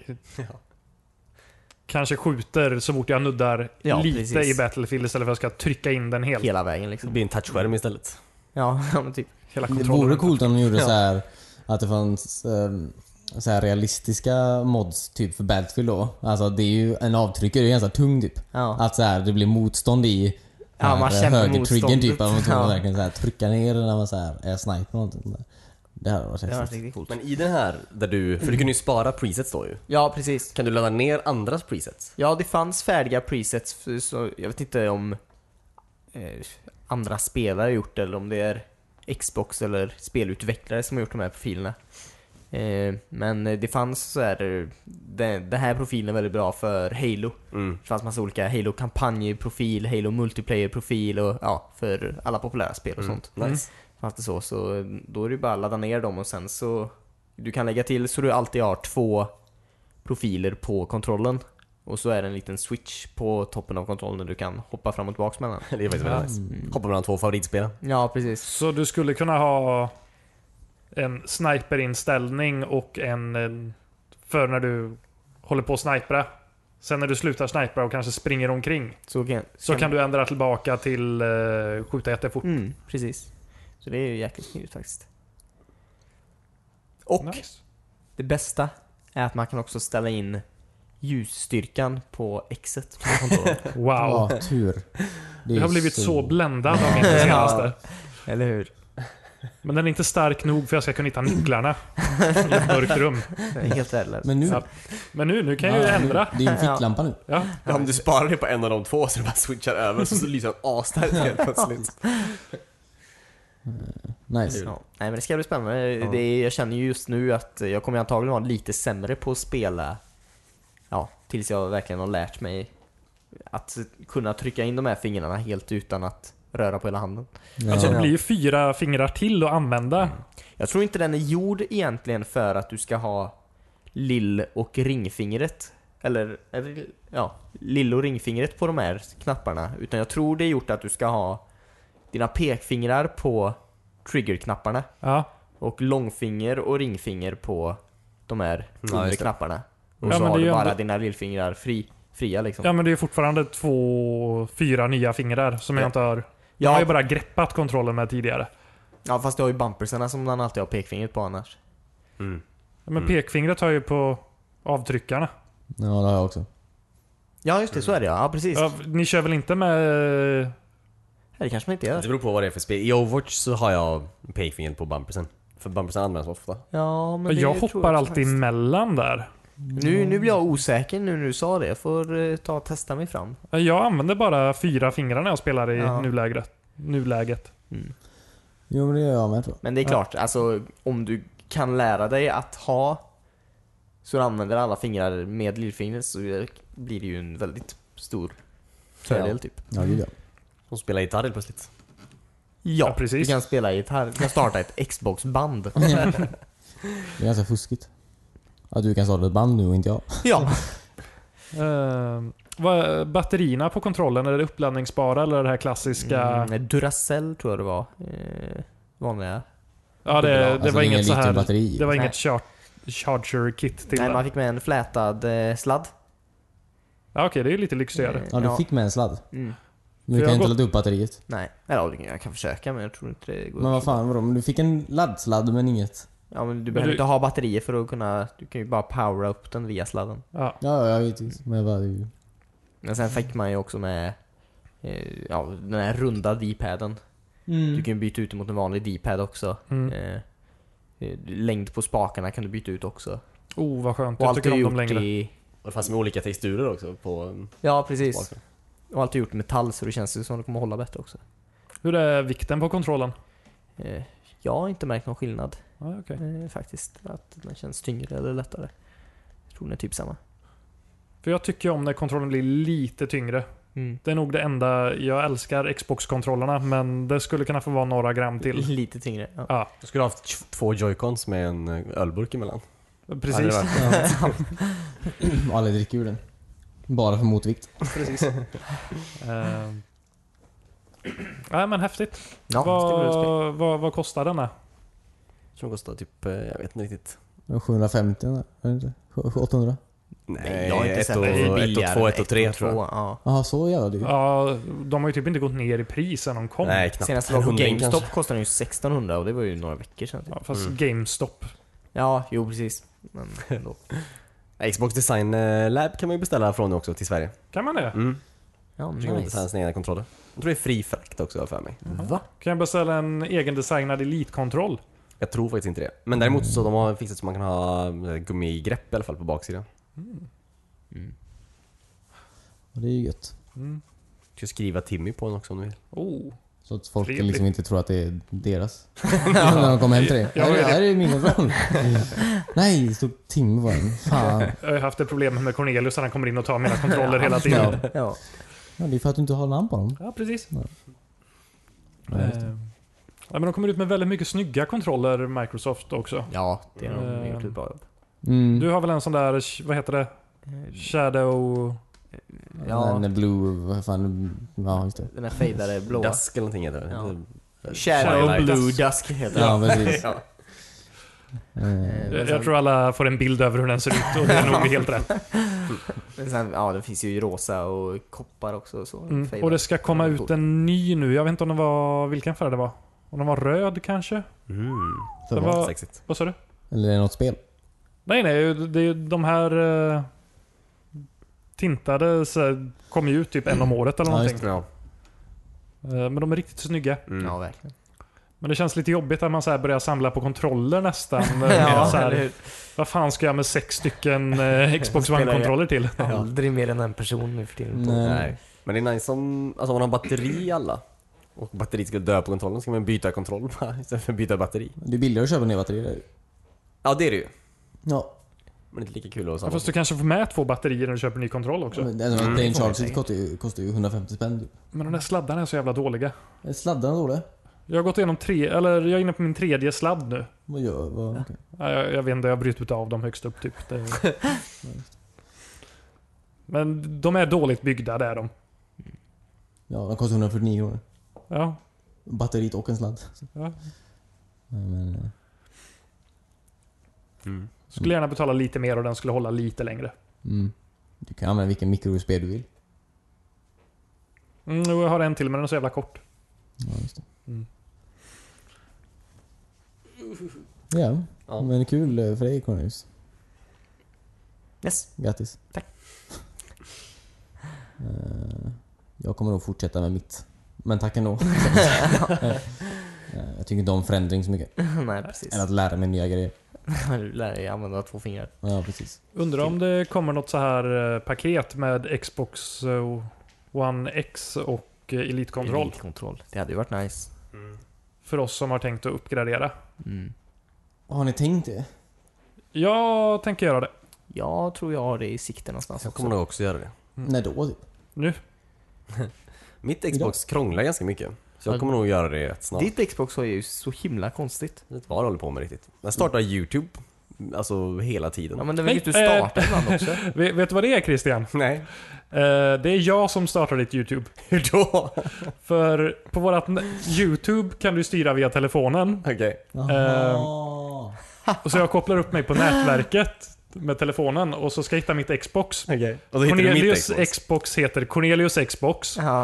kanske skjuter så fort jag nuddar Ja, lite precis. i Battlefield istället för att jag ska trycka in den helt. Hela vägen Det liksom. blir en touchskärm istället. Ja, ja, men typ. Hela Det kontrollen. vore coolt om de gjorde Ja. så här att det fanns um, så här realistiska mods typ för Battlefield då. Alltså det är ju en avtryckare, det är ganska tung typ. Ja. Att så här, det blir motstånd i Ja, man här känner högertriggern typ. motståndet. Att man tror Ja. man verkligen så här, trycka ner när man så här, är sniper och någonting. Det här var Det var häftigt. riktigt coolt. Men i den här, där du, för du kan ju spara presets då ju. Ja, precis. Kan du ladda ner andras presets? Ja, det fanns färdiga presets, för, så jag vet inte om eh, andra spelare har gjort det, eller om det är Xbox eller spelutvecklare som har gjort de här profilerna. Eh, men det fanns så här, det, det här profilen är väldigt bra för Halo. Mm. Det fanns massa olika Halo-kampanjprofil, Halo multiplayer-profil och ja, för alla populära spel och Mm. sånt. Nice. Fanns det så, så då är det bara att ladda ner dem och sen så du kan lägga till så du alltid har två profiler på kontrollen. Och så är det en liten switch på toppen av kontrollen där du kan hoppa fram och tillbaka mellan. Det är faktiskt väldigt nice. Mm. Hoppa mellan två favoritspel. Ja, precis. Så du skulle kunna ha en sniperinställning och en, en för när du håller på att snipra. Sen när du slutar snipra och kanske springer omkring, Så kan, så kan du ändra tillbaka till uh, skjuta jättefort. Mm, precis. Så det är ju jäkligt smidigt faktiskt. Och Nice. det bästa är att man kan också ställa in ljusstyrkan på Xet på kontrollen. Wow. Ja, tur. Det är Jag har ju blivit så bländad av min senaste. Eller hur? Men den är inte stark nog för jag ska kunna hitta nycklarna i ett mörkt rum. Det är helt värdelöst. Men nu... Ja. Men nu, nu kan jag ju Ja, ändra. Nu, det är ju en ficklampa nu. Ja. Ja, om du sparar det på en av de två så du bara switchar över så, så lyser den asstarkt helt plötsligt. Nice. Ja. Nej, men det ska bli spännande. Det är, jag känner ju just nu att jag kommer antagligen vara lite sämre på att spela. Ja, tills jag verkligen har lärt mig att kunna trycka in de här fingrarna helt utan att röra på hela handen. Ja. Alltså det blir ju fyra fingrar till att använda. Jag tror inte den är gjord egentligen för att du ska ha lill- och ringfingret. Eller, eller ja, lill- och ringfingret på de här knapparna. Utan jag tror det är gjort att du ska ha dina pekfingrar på triggerknapparna. Ja. Och långfinger och ringfinger på de här Ja, under just det. knapparna. Och Ja, så men har det är du ju bara ändå- dina lillfingrar fri, fria liksom. Ja, men det är fortfarande två, fyra nya fingrar som Ja. jag inte har... Jag Ja. har ju bara greppat kontrollen med tidigare. Ja, fast du har ju bumpersarna som man alltid har pekfingret på annars. Mm. Men Mm. pekfingret har ju på avtryckarna. Ja, det har jag också. Ja, just det, så är det ja. Ja, precis. Ja, ni kör väl inte med... Ja, det kanske man inte gör. Det beror på vad det är för spel. I Overwatch så har jag pekfingret på bumpersen. För bumpersen används ofta. Ja, men det Jag tror hoppar också alltid faktiskt. emellan där. Nu, nu blir jag osäker nu när du sa det. Jag får eh, ta och testa mig fram. Jag använder bara fyra fingrar när jag spelar i Ja. nuläget. nuläget. Mm. Jo, men det gör jag med tror jag. Men det är Ja. klart, alltså om du kan lära dig att ha så du använder alla fingrar med lillfingret så blir det ju en väldigt stor fördel Ja. typ. Ja, gud ja. De spelar gitarr helt plötsligt. Ja, Ja, precis. du kan spela gitarr. Du kan starta ett Xbox-band. Det är ganska fuskigt. Att du kan starta ett band nu och inte jag. Ja. Uh, vad, batterierna på kontrollen, är det uppladdningsbara eller det här klassiska? Mm, Duracell tror jag det var. Eh, vanliga. Ja, det, det Alltså, var det är ingen inget så här. litiumbatteri. Det var Nej. inget char charger kit till Nej, det. man fick med en flätad eh, sladd. Ja, okej, det är ju lite lyxigare. Eh, Ja, du fick med en sladd. Mm. Men du jag kan har inte gått- ladda upp batteriet. Nej, eller jag kan försöka men jag tror inte det går. Men vad fan, vadå? Men du fick en laddsladd men inget. Ja men du Men behöver du- inte ha batterier för att kunna, du kan ju bara powera upp den via sladden. Ja. Ja, jag vet inte. Men vad ju... Men sen fick man ju också med eh, ja, den här runda D-paden. Mm. Du kan ju byta ut mot en vanlig D-pad också. Mm. Eh, eh, längd på spakarna kan du byta ut också. Oh, vad skönt. Och Jag allt tycker är om dem gjort längre. i... Och det fanns med olika texturer också på um, Ja, precis. spaken. Och allt är gjort i metall så det känns ju som det kommer hålla bättre också. Hur är vikten på kontrollen? Eh, jag har inte märkt någon skillnad Ja, okej. eh, faktiskt. Att den känns tyngre eller lättare. Jag tror den är typ samma. För jag tycker om när kontrollen blir lite tyngre. Mm. Det är nog det enda. Jag älskar Xbox-kontrollerna, men det skulle kunna få vara några gram till. Lite tyngre. Ja. Ja, Du skulle ha haft tj- två joycons med en eh, ölburk emellan. precis. Hade det varit- Ja. Och alla dricker ur den. Bara för motvikt. precis. uh, Nej, men häftigt. Ja, det ska bli roligt spel. vad, vad, vad kostar denna? Jag tror den kostar typ, eh, jag vet inte riktigt. sjuhundrafemtio eller är det inte? åttahundra? Nej, jag har inte ett sett och, det ett och billigare två, än ett och tre ett tror jag. två, Ja. Jaha, så jävla dyrt. Ja, de har ju typ inte gått ner i pris sen de kom. Nej, knappt. Senast det var på Hundring GameStop kanske. kostade den ju sextonhundra och det var ju några veckor sedan. Typ. Ja, fast Mm. GameStop. Ja, jo precis. Men ändå. Xbox Design eh, Lab kan man ju beställa från nu också till Sverige. Kan man det? Mm. Ja, Så kan man designa nice. sina egna kontroller. Jag tror det är fri frakt också för mig. Va? Kan jag beställa en egendesignad Elite-kontroll? Jag tror faktiskt inte det. Men däremot så de har fixat så man kan ha eh, gummigrepp i alla fall på baksidan. Mm. Och det är ju gött. Mm. Du ska skriva Timmy på den också om du vill. Oh. Så att folk Trevligt. liksom inte tror att det är deras. När de kommer hem till det. Ja, här, det är är, det. här är min kontroll. Nej, det stod Tim på den. Fan. Jag har ju haft ett problem med Cornelius när han kommer in och tar mina kontroller hela tiden. Ja. Ja. Ja, det är för att du inte har namn på dem. Ja, precis. Ja. Eh, Ja, men de kommer ut med väldigt mycket snygga kontroller, Microsoft också. Ja, det har de Eh. gjort ett bra jobb. Mm. Du har väl en sån där, vad heter det? Shadow... Ja, En blue, vad fan, ja just det. den här fejdade blåa. Dusk eller någonting heter det. Ja. Det- Shadow Twilight. Blue Dusk heter Ja, den. precis. Ja. Eh, Jag, jag tror alla får en bild över hur den ser ut och det är nog helt rätt. Men sen, ja, det finns ju i rosa och koppar också. Så Mm. fejdad. Och det ska komma ut en ny nu. Jag vet inte om det var, vilken färg det var. Om den var röd kanske? Mm. för Det vad? var- Sexigt. Vad sa du? Eller är det något spel? Nej, nej. Det är ju de här uh, tintade så här, kommer ju ut typ en om året eller Ja, någonting. Ja. Eh, men de är riktigt snygga. Mm. Ja, verkligen. Men det känns lite jobbigt att man så här börjar samla på kontroller nästan. Ja, så eller här, hur? vad fan ska jag med sex stycken eh, Xbox Spelar jag- One-kontroller till? Aldrig mer än en person nu för tiden. Nej. Nej. Men det är nice om, alltså om man har batteri i alla och batteriet ska dö på kontrollen så kan man byta kontroll bara istället för att byta batteri. Det är billigare att köpa nya batterier. Ja det är det ju. Ja. Men det är inte lika kul att ha Ja, samma. fast du kanske får med två batterier när du köper ny kontroll också. Men, alltså, Mm. Dane Charge kostar ju, kostar ju hundrafemtio spänn. typ. Men de där sladdarna är så jävla dåliga. Är sladdarna dåliga? Jag har gått igenom tre, eller jag är inne på min tredje sladd nu. Vad gör... Vad, okej. Ja, Jag, jag vet inte, jag har brutit av dem högst upp typ. Det... Men de är dåligt byggda, det är de. Ja, de kostar hundrafyrtionio kronor. Ja, Batteriet och en sladd. ja. Men, eh, Mm. Skulle gärna betala lite mer och den skulle hålla lite längre. mm. Du kan använda vilken micro-U S B du vill. Mm, och jag har en till men den är så jävla kort. Ja, just det. Mm. Ja, Ja. men kul eh, för dig Cornelius. Yes. Grattis. Tack. Eh, Jag kommer nog fortsätta med mitt. Men tack ändå. Eh, Jag tycker inte om förändring så mycket. Nej, precis. Eller att lära mig nya grejer. Du lär dig använda två fingrar. Ja, precis. Undrar om det kommer något så här eh, paket med Xbox eh, One X och eh, Elite-kontroll. Elite-kontroll. Det hade ju varit nice. Mm. För oss som har tänkt att uppgradera. Mm. Har ni tänkt det? Jag tänker göra det. Jag tror jag har det i sikte någonstans Jag också. kommer nog också göra det. Mm. När då typ? Nu. Mitt Xbox krånglar ganska mycket. Så jag Ja. kommer nog göra det rätt snart. Ditt Xbox är ju så himla konstigt. Jag vet inte vad jag håller på med riktigt. Jag startar YouTube. Alltså hela tiden. Ja, men det är väl Hej, att du startar ibland också. Vet, vet du vad det är Christian? Nej. Eh, det är jag som startar ditt YouTube. Hur då? För på vårat n- YouTube kan du styra via telefonen. Okej. Jaha. Och så jag kopplar upp mig på nätverket med telefonen och så ska jag hitta mitt Xbox. Okej. Och då hittar du mitt Cornelius Xbox. Xbox heter Cornelius Xbox. Ja.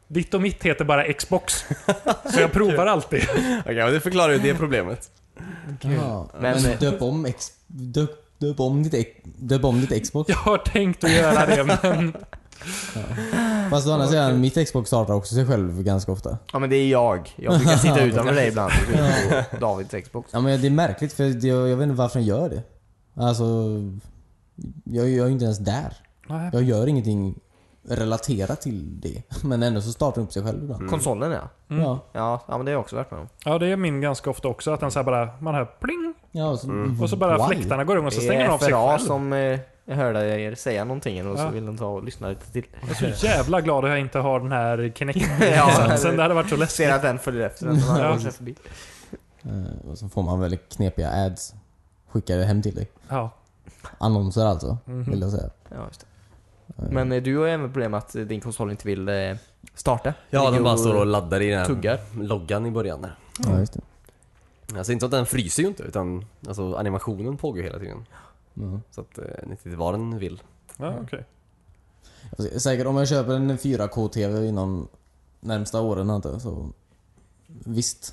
Ditt och mitt heter bara Xbox. Så jag provar alltid. Okej, okay, det förklarar ju det problemet. Ja, Men- men döp om ex, döp, döp om ditt ex, döp om ditt Xbox. Jag har tänkt att göra det, men... Fast å andra sidan, mitt Xbox startar också sig själv ganska ofta. Ja men det är jag. Jag brukar sitta utanför dig ibland och gå på Davids Xbox. Ja, men det är märkligt för det, jag, jag vet inte varför den gör det. Alltså, jag, jag är ju inte ens där. Nej. Jag gör ingenting relaterat till det. Men ändå så startar den upp sig själv ibland. Mm. Konsolen ja. Mm. Ja, ja. Ja men det har jag också varit med om. Ja, det är min ganska ofta också. Att den så här bara, man hör pling. ja och så, Mm. Och så bara why? fläktarna går igång och så Det stänger den är av sig F R A själv. som eh, jag hörde er säga någonting och Ja. så vill den ta och lyssna lite till. Jag är så jävla glad att jag inte har den här Ja, Kinect-licensen. Det hade varit så Ser läskigt. att den följer efter den. Ja. Ja. Förbi. Eh, Och så får man väldigt knepiga ads skickade hem till dig. Ja. Annonser alltså, Mhm. vill jag säga. Ja, just det. Men eh, du har ju även problem att eh, din konsol inte vill eh, starta. Ja, Ligger den bara och står och laddar i den här tuggar. loggan i början där. Ja, just det. Alltså inte så att den fryser ju inte, utan alltså, animationen pågår hela tiden. Mm. Så att eh, inte riktigt vad den vill. Ja, okej. Alltså, säkert om jag köper en fyra K-T V inom närmsta åren inte, så visst.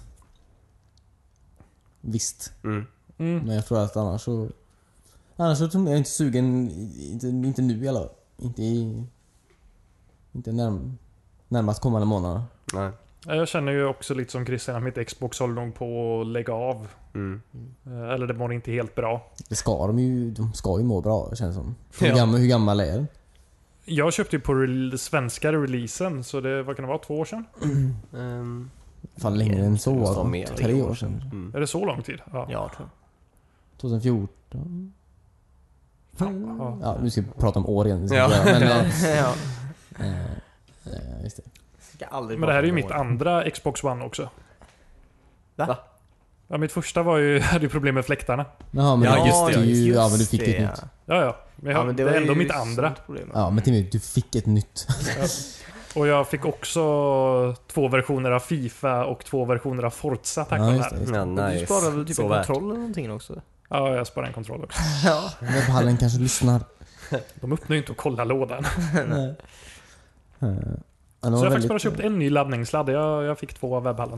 Visst. Mm. Mm. Men jag tror att annars så... Annars så tror jag inte sugen, inte, inte nu i alla fall. Inte i... Inte närm, närmast kommande månader. Nej. Ja, jag känner ju också lite som Christian att mitt Xbox håller nog på att lägga av. Mm. Eh, Eller det mår inte helt bra. Det ska de ju, de ska ju må bra, det känns som. Hur, Ja. gammal, hur gammal är den? Jag köpte ju på re- svenska releasen, så det, vad kan det vara, två år sedan? Um, Fan längre än så. måste vara Alltså. mer. Tre år sedan. mm. Är det så lång tid? Ja. Ja, tror tjugohundrafjorton. Ja. Ja, nu ska vi prata om år igen. Det ska Ja. vi göra, men, jag. eh, ja. eh, eh, just det. Ska aldrig Men det här är ju prata mitt om år. andra Xbox One också. Va? Va? Ja, mitt första var ju, hade ju problem med fläktarna. Jaha, men Ja, det- just det, är ju, just ja, men du fick det, ett ja. nytt. Ja, ja. Men, jag, Ja, men det, var är ändå ju mitt andra. sånt problem. Ja, men Timmy, du fick ett nytt. Och jag fick också två versioner av FIFA och två versioner av Forza tack Ja, vare just det det, här. just det. Ja, Men nice. du sparade väl typ Så en värt. kontroll eller någonting också? Ja, jag sparar en kontroll också. Ja. Webbhallen kanske lyssnar. De öppnar ju inte och kollar lådan. Nej. Eh, ja, det Så var jag har faktiskt väldigt- bara köpt en ny laddningssladd. Jag, jag fick två av webbhallen.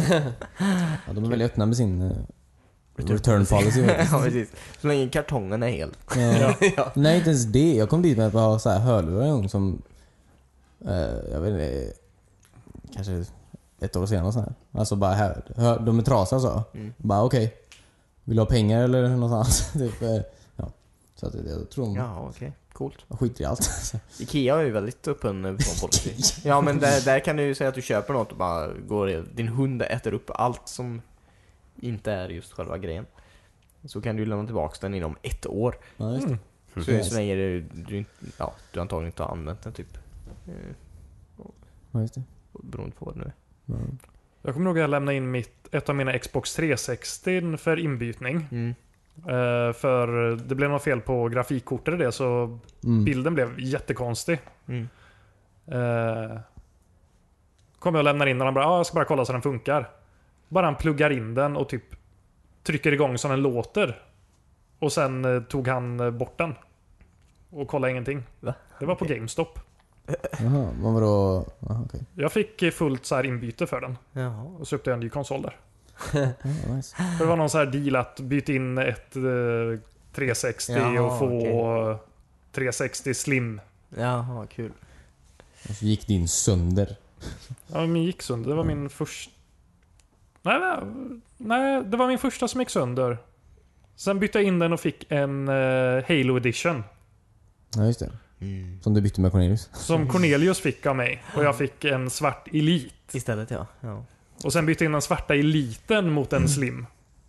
Ja, de är väldigt öppna med sin eh, return policy. faktiskt. Ja, precis. Så länge kartongen är hel. Ja. Ja. Nej, inte ens det. Jag kom dit med att ha så här hörlurar en gång som... Eh, jag vet inte... Kanske ett år senare så här. Alltså bara här. Hör, de är trasiga så. Mm. Bara okej. Vill du ha pengar eller något annat? typ, eh, ja. Så att jag tror de Ja, okej. Coolt. skiter i allt. Ikea är ju väldigt öppen eh, från policy. Ja, men där, där kan du ju säga att du köper något och bara går... Din hund äter upp allt som inte är just själva grejen. Så kan du lämna tillbaka den inom ett år. Ja, just det. Mm. Så, så länge du, du, inte- ja, du antagligen inte har använt den typ. Eh, Ja, just det. beroende på vad det nu är. Ja. Jag kommer ihåg att jag lämnade in mitt, ett av mina Xbox tre sextio för inbytning. Mm. Eh, för det blev något fel på grafikkortet i det, så Mm. bilden blev jättekonstig. Mm. Eh, kom jag och lämnar in den och han bara, ah, jag ska bara kolla så den funkar. Bara han pluggar in den och typ trycker igång så den låter. Och sen eh, tog han eh, bort den. Och kollade ingenting. Va? Det var på Okej. GameStop. Jaha, men vadå? Aha, okej. Jag fick eh, fullt så här inbyte för den. Jaha. Och så köpte jag en ny konsol där. Ja, nice. För det var någon så här deal att byta in ett eh, tre sextio Jaha, och få okej. tre sextio Slim. Jaha, kul. Och så gick din sönder. Ja, min gick sönder. Det var min första... Nej, nej, nej, det var min första som gick sönder. Sen bytte jag in den och fick en eh, Halo Edition. Ja, just det. Mm. Som du bytte med Cornelius. Som Cornelius fick av mig. Och jag fick en svart Elite. Istället ja. ja. Och sen bytte jag in den svarta Eliten mot en Slim.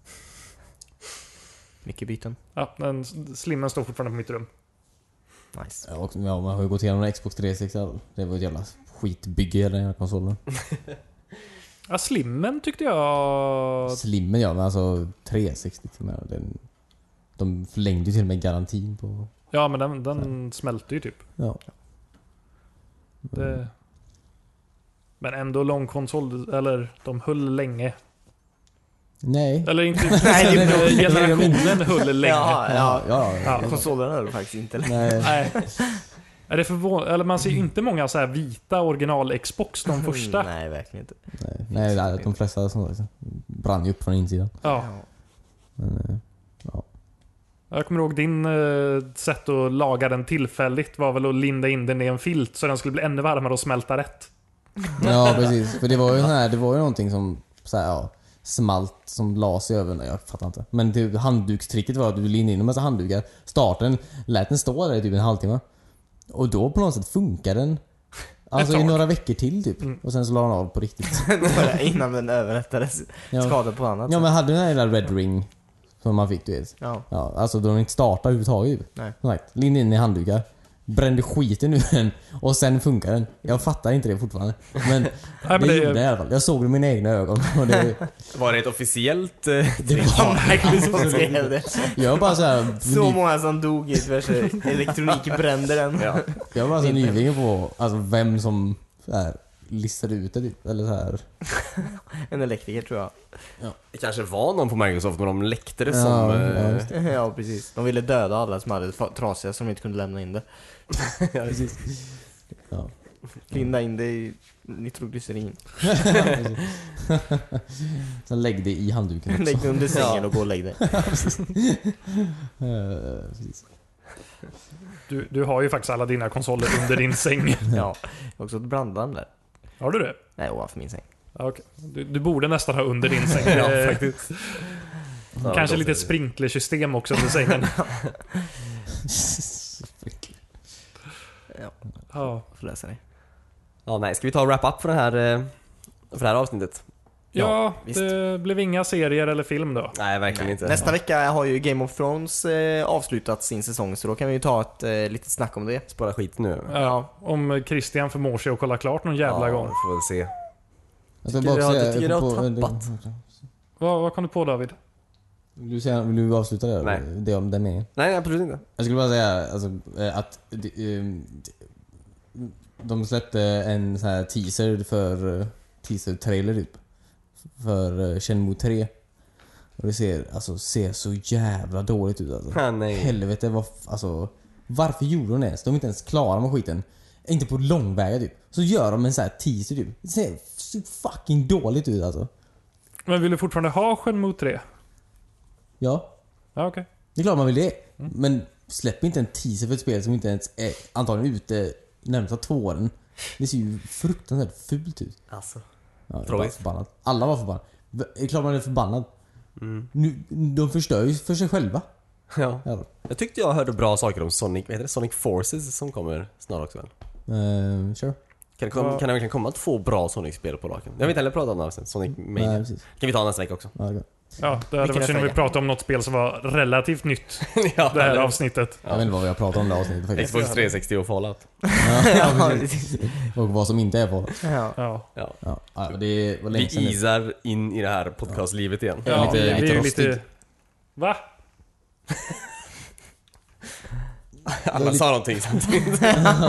Mycket byten. Ja, den Slimmen står fortfarande på mitt rum. Nice. Ja, och, ja, man har ju gått igenom en Xbox tre sextio. Det var ett jävla skitbygge den här konsolen. Ja, Slimmen tyckte jag... Slimmen ja, men alltså tre sextio timmar. Den, de förlängde ju till och med garantin på... Ja, men den, den smälte ju typ. Ja. Det... Men ändå lång konsol, eller de höll länge. Nej. Eller inte, Nej, det är- generationen höll länge. Ja, ja. Ja, ja. Ja. Konsolen är det faktiskt inte längre. Nej. Nej. Är det förvån- eller man ser ju inte många så här vita original Xbox de första. Nej, verkligen inte. Nej, nej det är, de flesta som sagt, brann ju upp från insidan. Ja. Men, eh, ja. Jag kommer ihåg din eh, sätt att laga den tillfälligt var väl att linda in den i en filt så den skulle bli ännu varmare och smälta rätt. Ja, precis. För det var ju sån här, det var ju någonting som så här, ja, smalt som la sig över. Jag fattar inte. Men det, handdukstricket var att du lindade in en massa handdukar. Starten lät den stå där i typ en halvtimme. Och då på något sätt funkar den. Alltså i några veckor till typ. Mm. Och sen så la den av på riktigt. Innan den överrättades Ja. skada på annat Ja, sätt. men hade den här lilla Red Ring som man fick, du vet. Ja. Ja, alltså då den inte startar överhuvudtaget. Nej. Nej. Linda in i handdukar. Brände skiten ur den. Och sen funkar den. Jag fattar inte det fortfarande. Men Nej, men det, det- gjorde jag i alla fall. Jag såg det med mina egna ögon. Och det, Var det ett officiellt... Eh, det var Verkligen som skrev det. Jag var bara så här, Så många som dog i diverse elektronik brände den. ja. jag var bara så nyfiken på alltså vem som så här listade ut det typ. Eller så här. En elektriker tror jag. Det kanske var någon på Microsoft men de läckte det Ja, som... ja, Eh, just Ja, precis. De ville döda alla som hade fa- trasiga som inte kunde lämna in det. ja, precis. Ja. Linda in det i nitroglycerin. Sen lägg det i handduken också. Lägg det under sängen och gå och lägg det. Eh, precis. Du, du har ju faktiskt alla dina konsoler under din säng. Ja. Också ett brandlarm där. Har du det? Nej, ovanför min säng. Ja, okej. Du, du borde nästan ha under din säng. Ja, Eh, faktiskt. Ja, Kanske då lite ser vi. sprinklersystem också under sängen. Ja, Ja. får läsa det. Ja, nej. Ska vi ta och wrap up för, den här, eh, för det här avsnittet? Ja, visst. det blev inga serier eller film då. Nej, verkligen inte. Nästa vecka har ju Game of Thrones eh, avslutat sin säsong, så då kan vi ju ta ett eh, litet snack om det. Spara skit nu. Ja, om Christian förmår sig att kolla klart någon jävla ja, gång. vi får väl se. Jag ska Tycker bara jag- säga, jag tycker jag det kom har på- tappat. Vad, vad kom du på David? Vill du, säga, vill du avsluta det? Nej. Det om den meningen. Nej, absolut inte. Jag skulle bara säga alltså, eh, att de, ehm, de släppte en så här teaser för eh, teaser-trailer typ för eh, Shenmue tre. Och det ser, alltså, ser så jävla dåligt ut alltså. Ah, nej. Helvete, vad, f- alltså, varför gjorde de det? De är inte ens klara med skiten. Inte på långväga typ. Så gör de en så här teaser typ. Det ser så fucking dåligt ut alltså. Men vill du fortfarande ha Shenmue tre? Ja, Ja, okej. det är klart man vill det. Men släpp inte en teaser för ett spel som inte ens är antagligen ute närmsta två åren. Det ser ju fruktansvärt fult ut. Alltså. Ja, jag var Tråkigt. förbannad. Alla var förbannade. Det är klart man är förbannad. Mm. Nu, de förstör ju för sig själva. Ja. Ja. Jag tyckte jag hörde bra saker om Sonic, vad heter det? Sonic Forces som kommer snart också väl? Uh, sure. Kan det, kom, Ja. kan det verkligen komma två bra Sonic-spel på raken? Jag vet inte heller prata om det här sen. Sonic Nej, Mania. precis. Kan vi ta nästa vecka också? Ja, det går. Ja, det hade Vilken varit synd om vi vecka? pratade om något spel som var relativt nytt ja, det här eller- avsnittet. Jag vet inte vad vi har pratat om det här avsnittet faktiskt. Xbox tre sextio och Fallout. Ja, ja, precis. Och vad som inte är på. Ja. Ja, Ja. Ja, ja, det var länge Vi sedan nu. isar in i det här podcastlivet igen. Ja, ja lite- vi är lite ju rostig. lite... Va? Alla sa någonting samtidigt.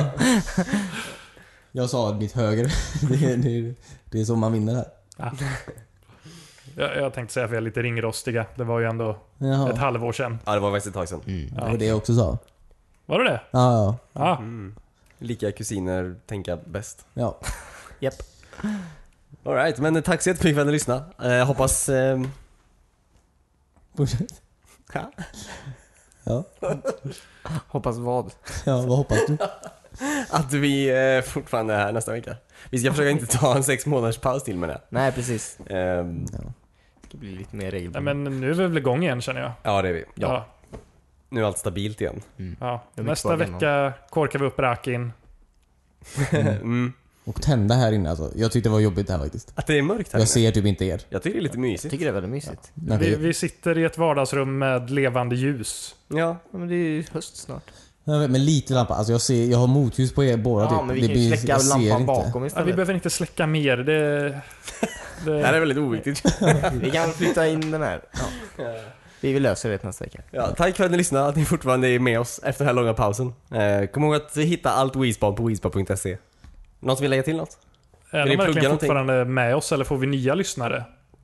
Jag sa mitt höger. det, det, det är så man vinner här. Ja. Jag, jag tänkte säga att vi är lite ringrostiga. Det var ju ändå ett Jaha. halvår sedan. Ja, det var faktiskt ett tag sedan. Mm. Det var det jag också sa. Var det det? Ja, ja. Ja. Mm. Lika kusiner tänka bäst. Ja. Japp. All right, men tack så jättemycket för att ni lyssnade. Eh, hoppas... Eh, Fortsätt. Ja. Ja. Hoppas vad? Ja, vad hoppas du? att vi eh, fortfarande är här nästa vecka. Vi ska försöka inte ta en sex månaders paus till med det. Nej, precis. Ehm, Ja. Det ska bli lite mer Nej, regelbundet. men nu är vi väl igång igen känner jag. ja, det är vi. Ja. Nu är allt stabilt igen. Mm. ja. Det är mycket Nästa kvar innan. vecka korkar vi upp rakin. Mm. Och tända här inne alltså. Jag tyckte det var jobbigt det här faktiskt. Att det är mörkt här Jag inne. ser typ inte er. Jag tycker det är lite Jag mysigt. tycker det är väldigt mysigt. Okay. Vi, vi sitter i ett vardagsrum med levande ljus. Ja. Ja, men det är ju höst snart. Jag vet, men lite lampa. Alltså jag ser, jag har motljus på er båda Ja, typ. men vi Det kan ju blir- släcka jag ser lampan inte. bakom Ja, istället. vi behöver inte släcka mer. Det, Det här det, är väldigt oviktigt. Vi kan flytta in den här. Ja. Vi vill lösa det nästa vecka. Ja, tack för att ni lyssnade, att ni fortfarande är med oss efter den här långa pausen. Eh, kom ihåg att hitta allt WeSpan på WeSpan punkt se. Någon som vill lägga till något? är ni de plugga verkligen någonting? fortfarande med oss eller får vi nya lyssnare?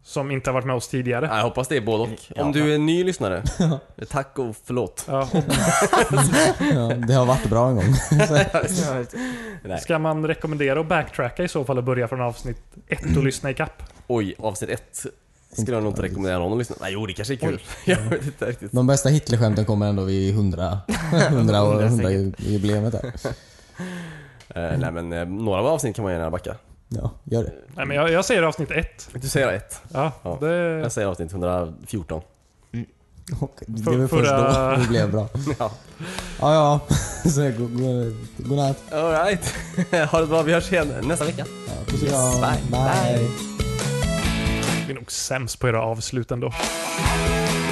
som inte har varit med oss tidigare. Jag hoppas det är både och. Ja. Om du är en ny lyssnare, tack och förlåt. Ja, och Ja, det har varit bra en gång. Nej. ska man rekommendera att backtracka i så fall och börja från avsnitt ett och lyssna i kapp? Oj, avsnitt ett skulle jag nog inte rekommendera någon att lyssna. Nej, jo, det kanske är kul. Jag vet inte riktigt. De bästa Hitlerskämten kommer ändå vid hundra, hundra och hundra jubileet där. Eh, nej, men eh, några av avsnitt kan man gärna backa. Ja, gör det. Nej, men jag, jag säger avsnitt ett. Du säger ett. Ja, Ja. det... Jag säger avsnitt hundrafjorton. Och det är väl först Förra- då det blev bra. Ja. Ja, ja. Så god, god, god natt. All right. Ha det bra, vi hörs igen nästa vecka. Ja, puss och kram. Bye. Bye. Vi är nog sämst på era avslut ändå.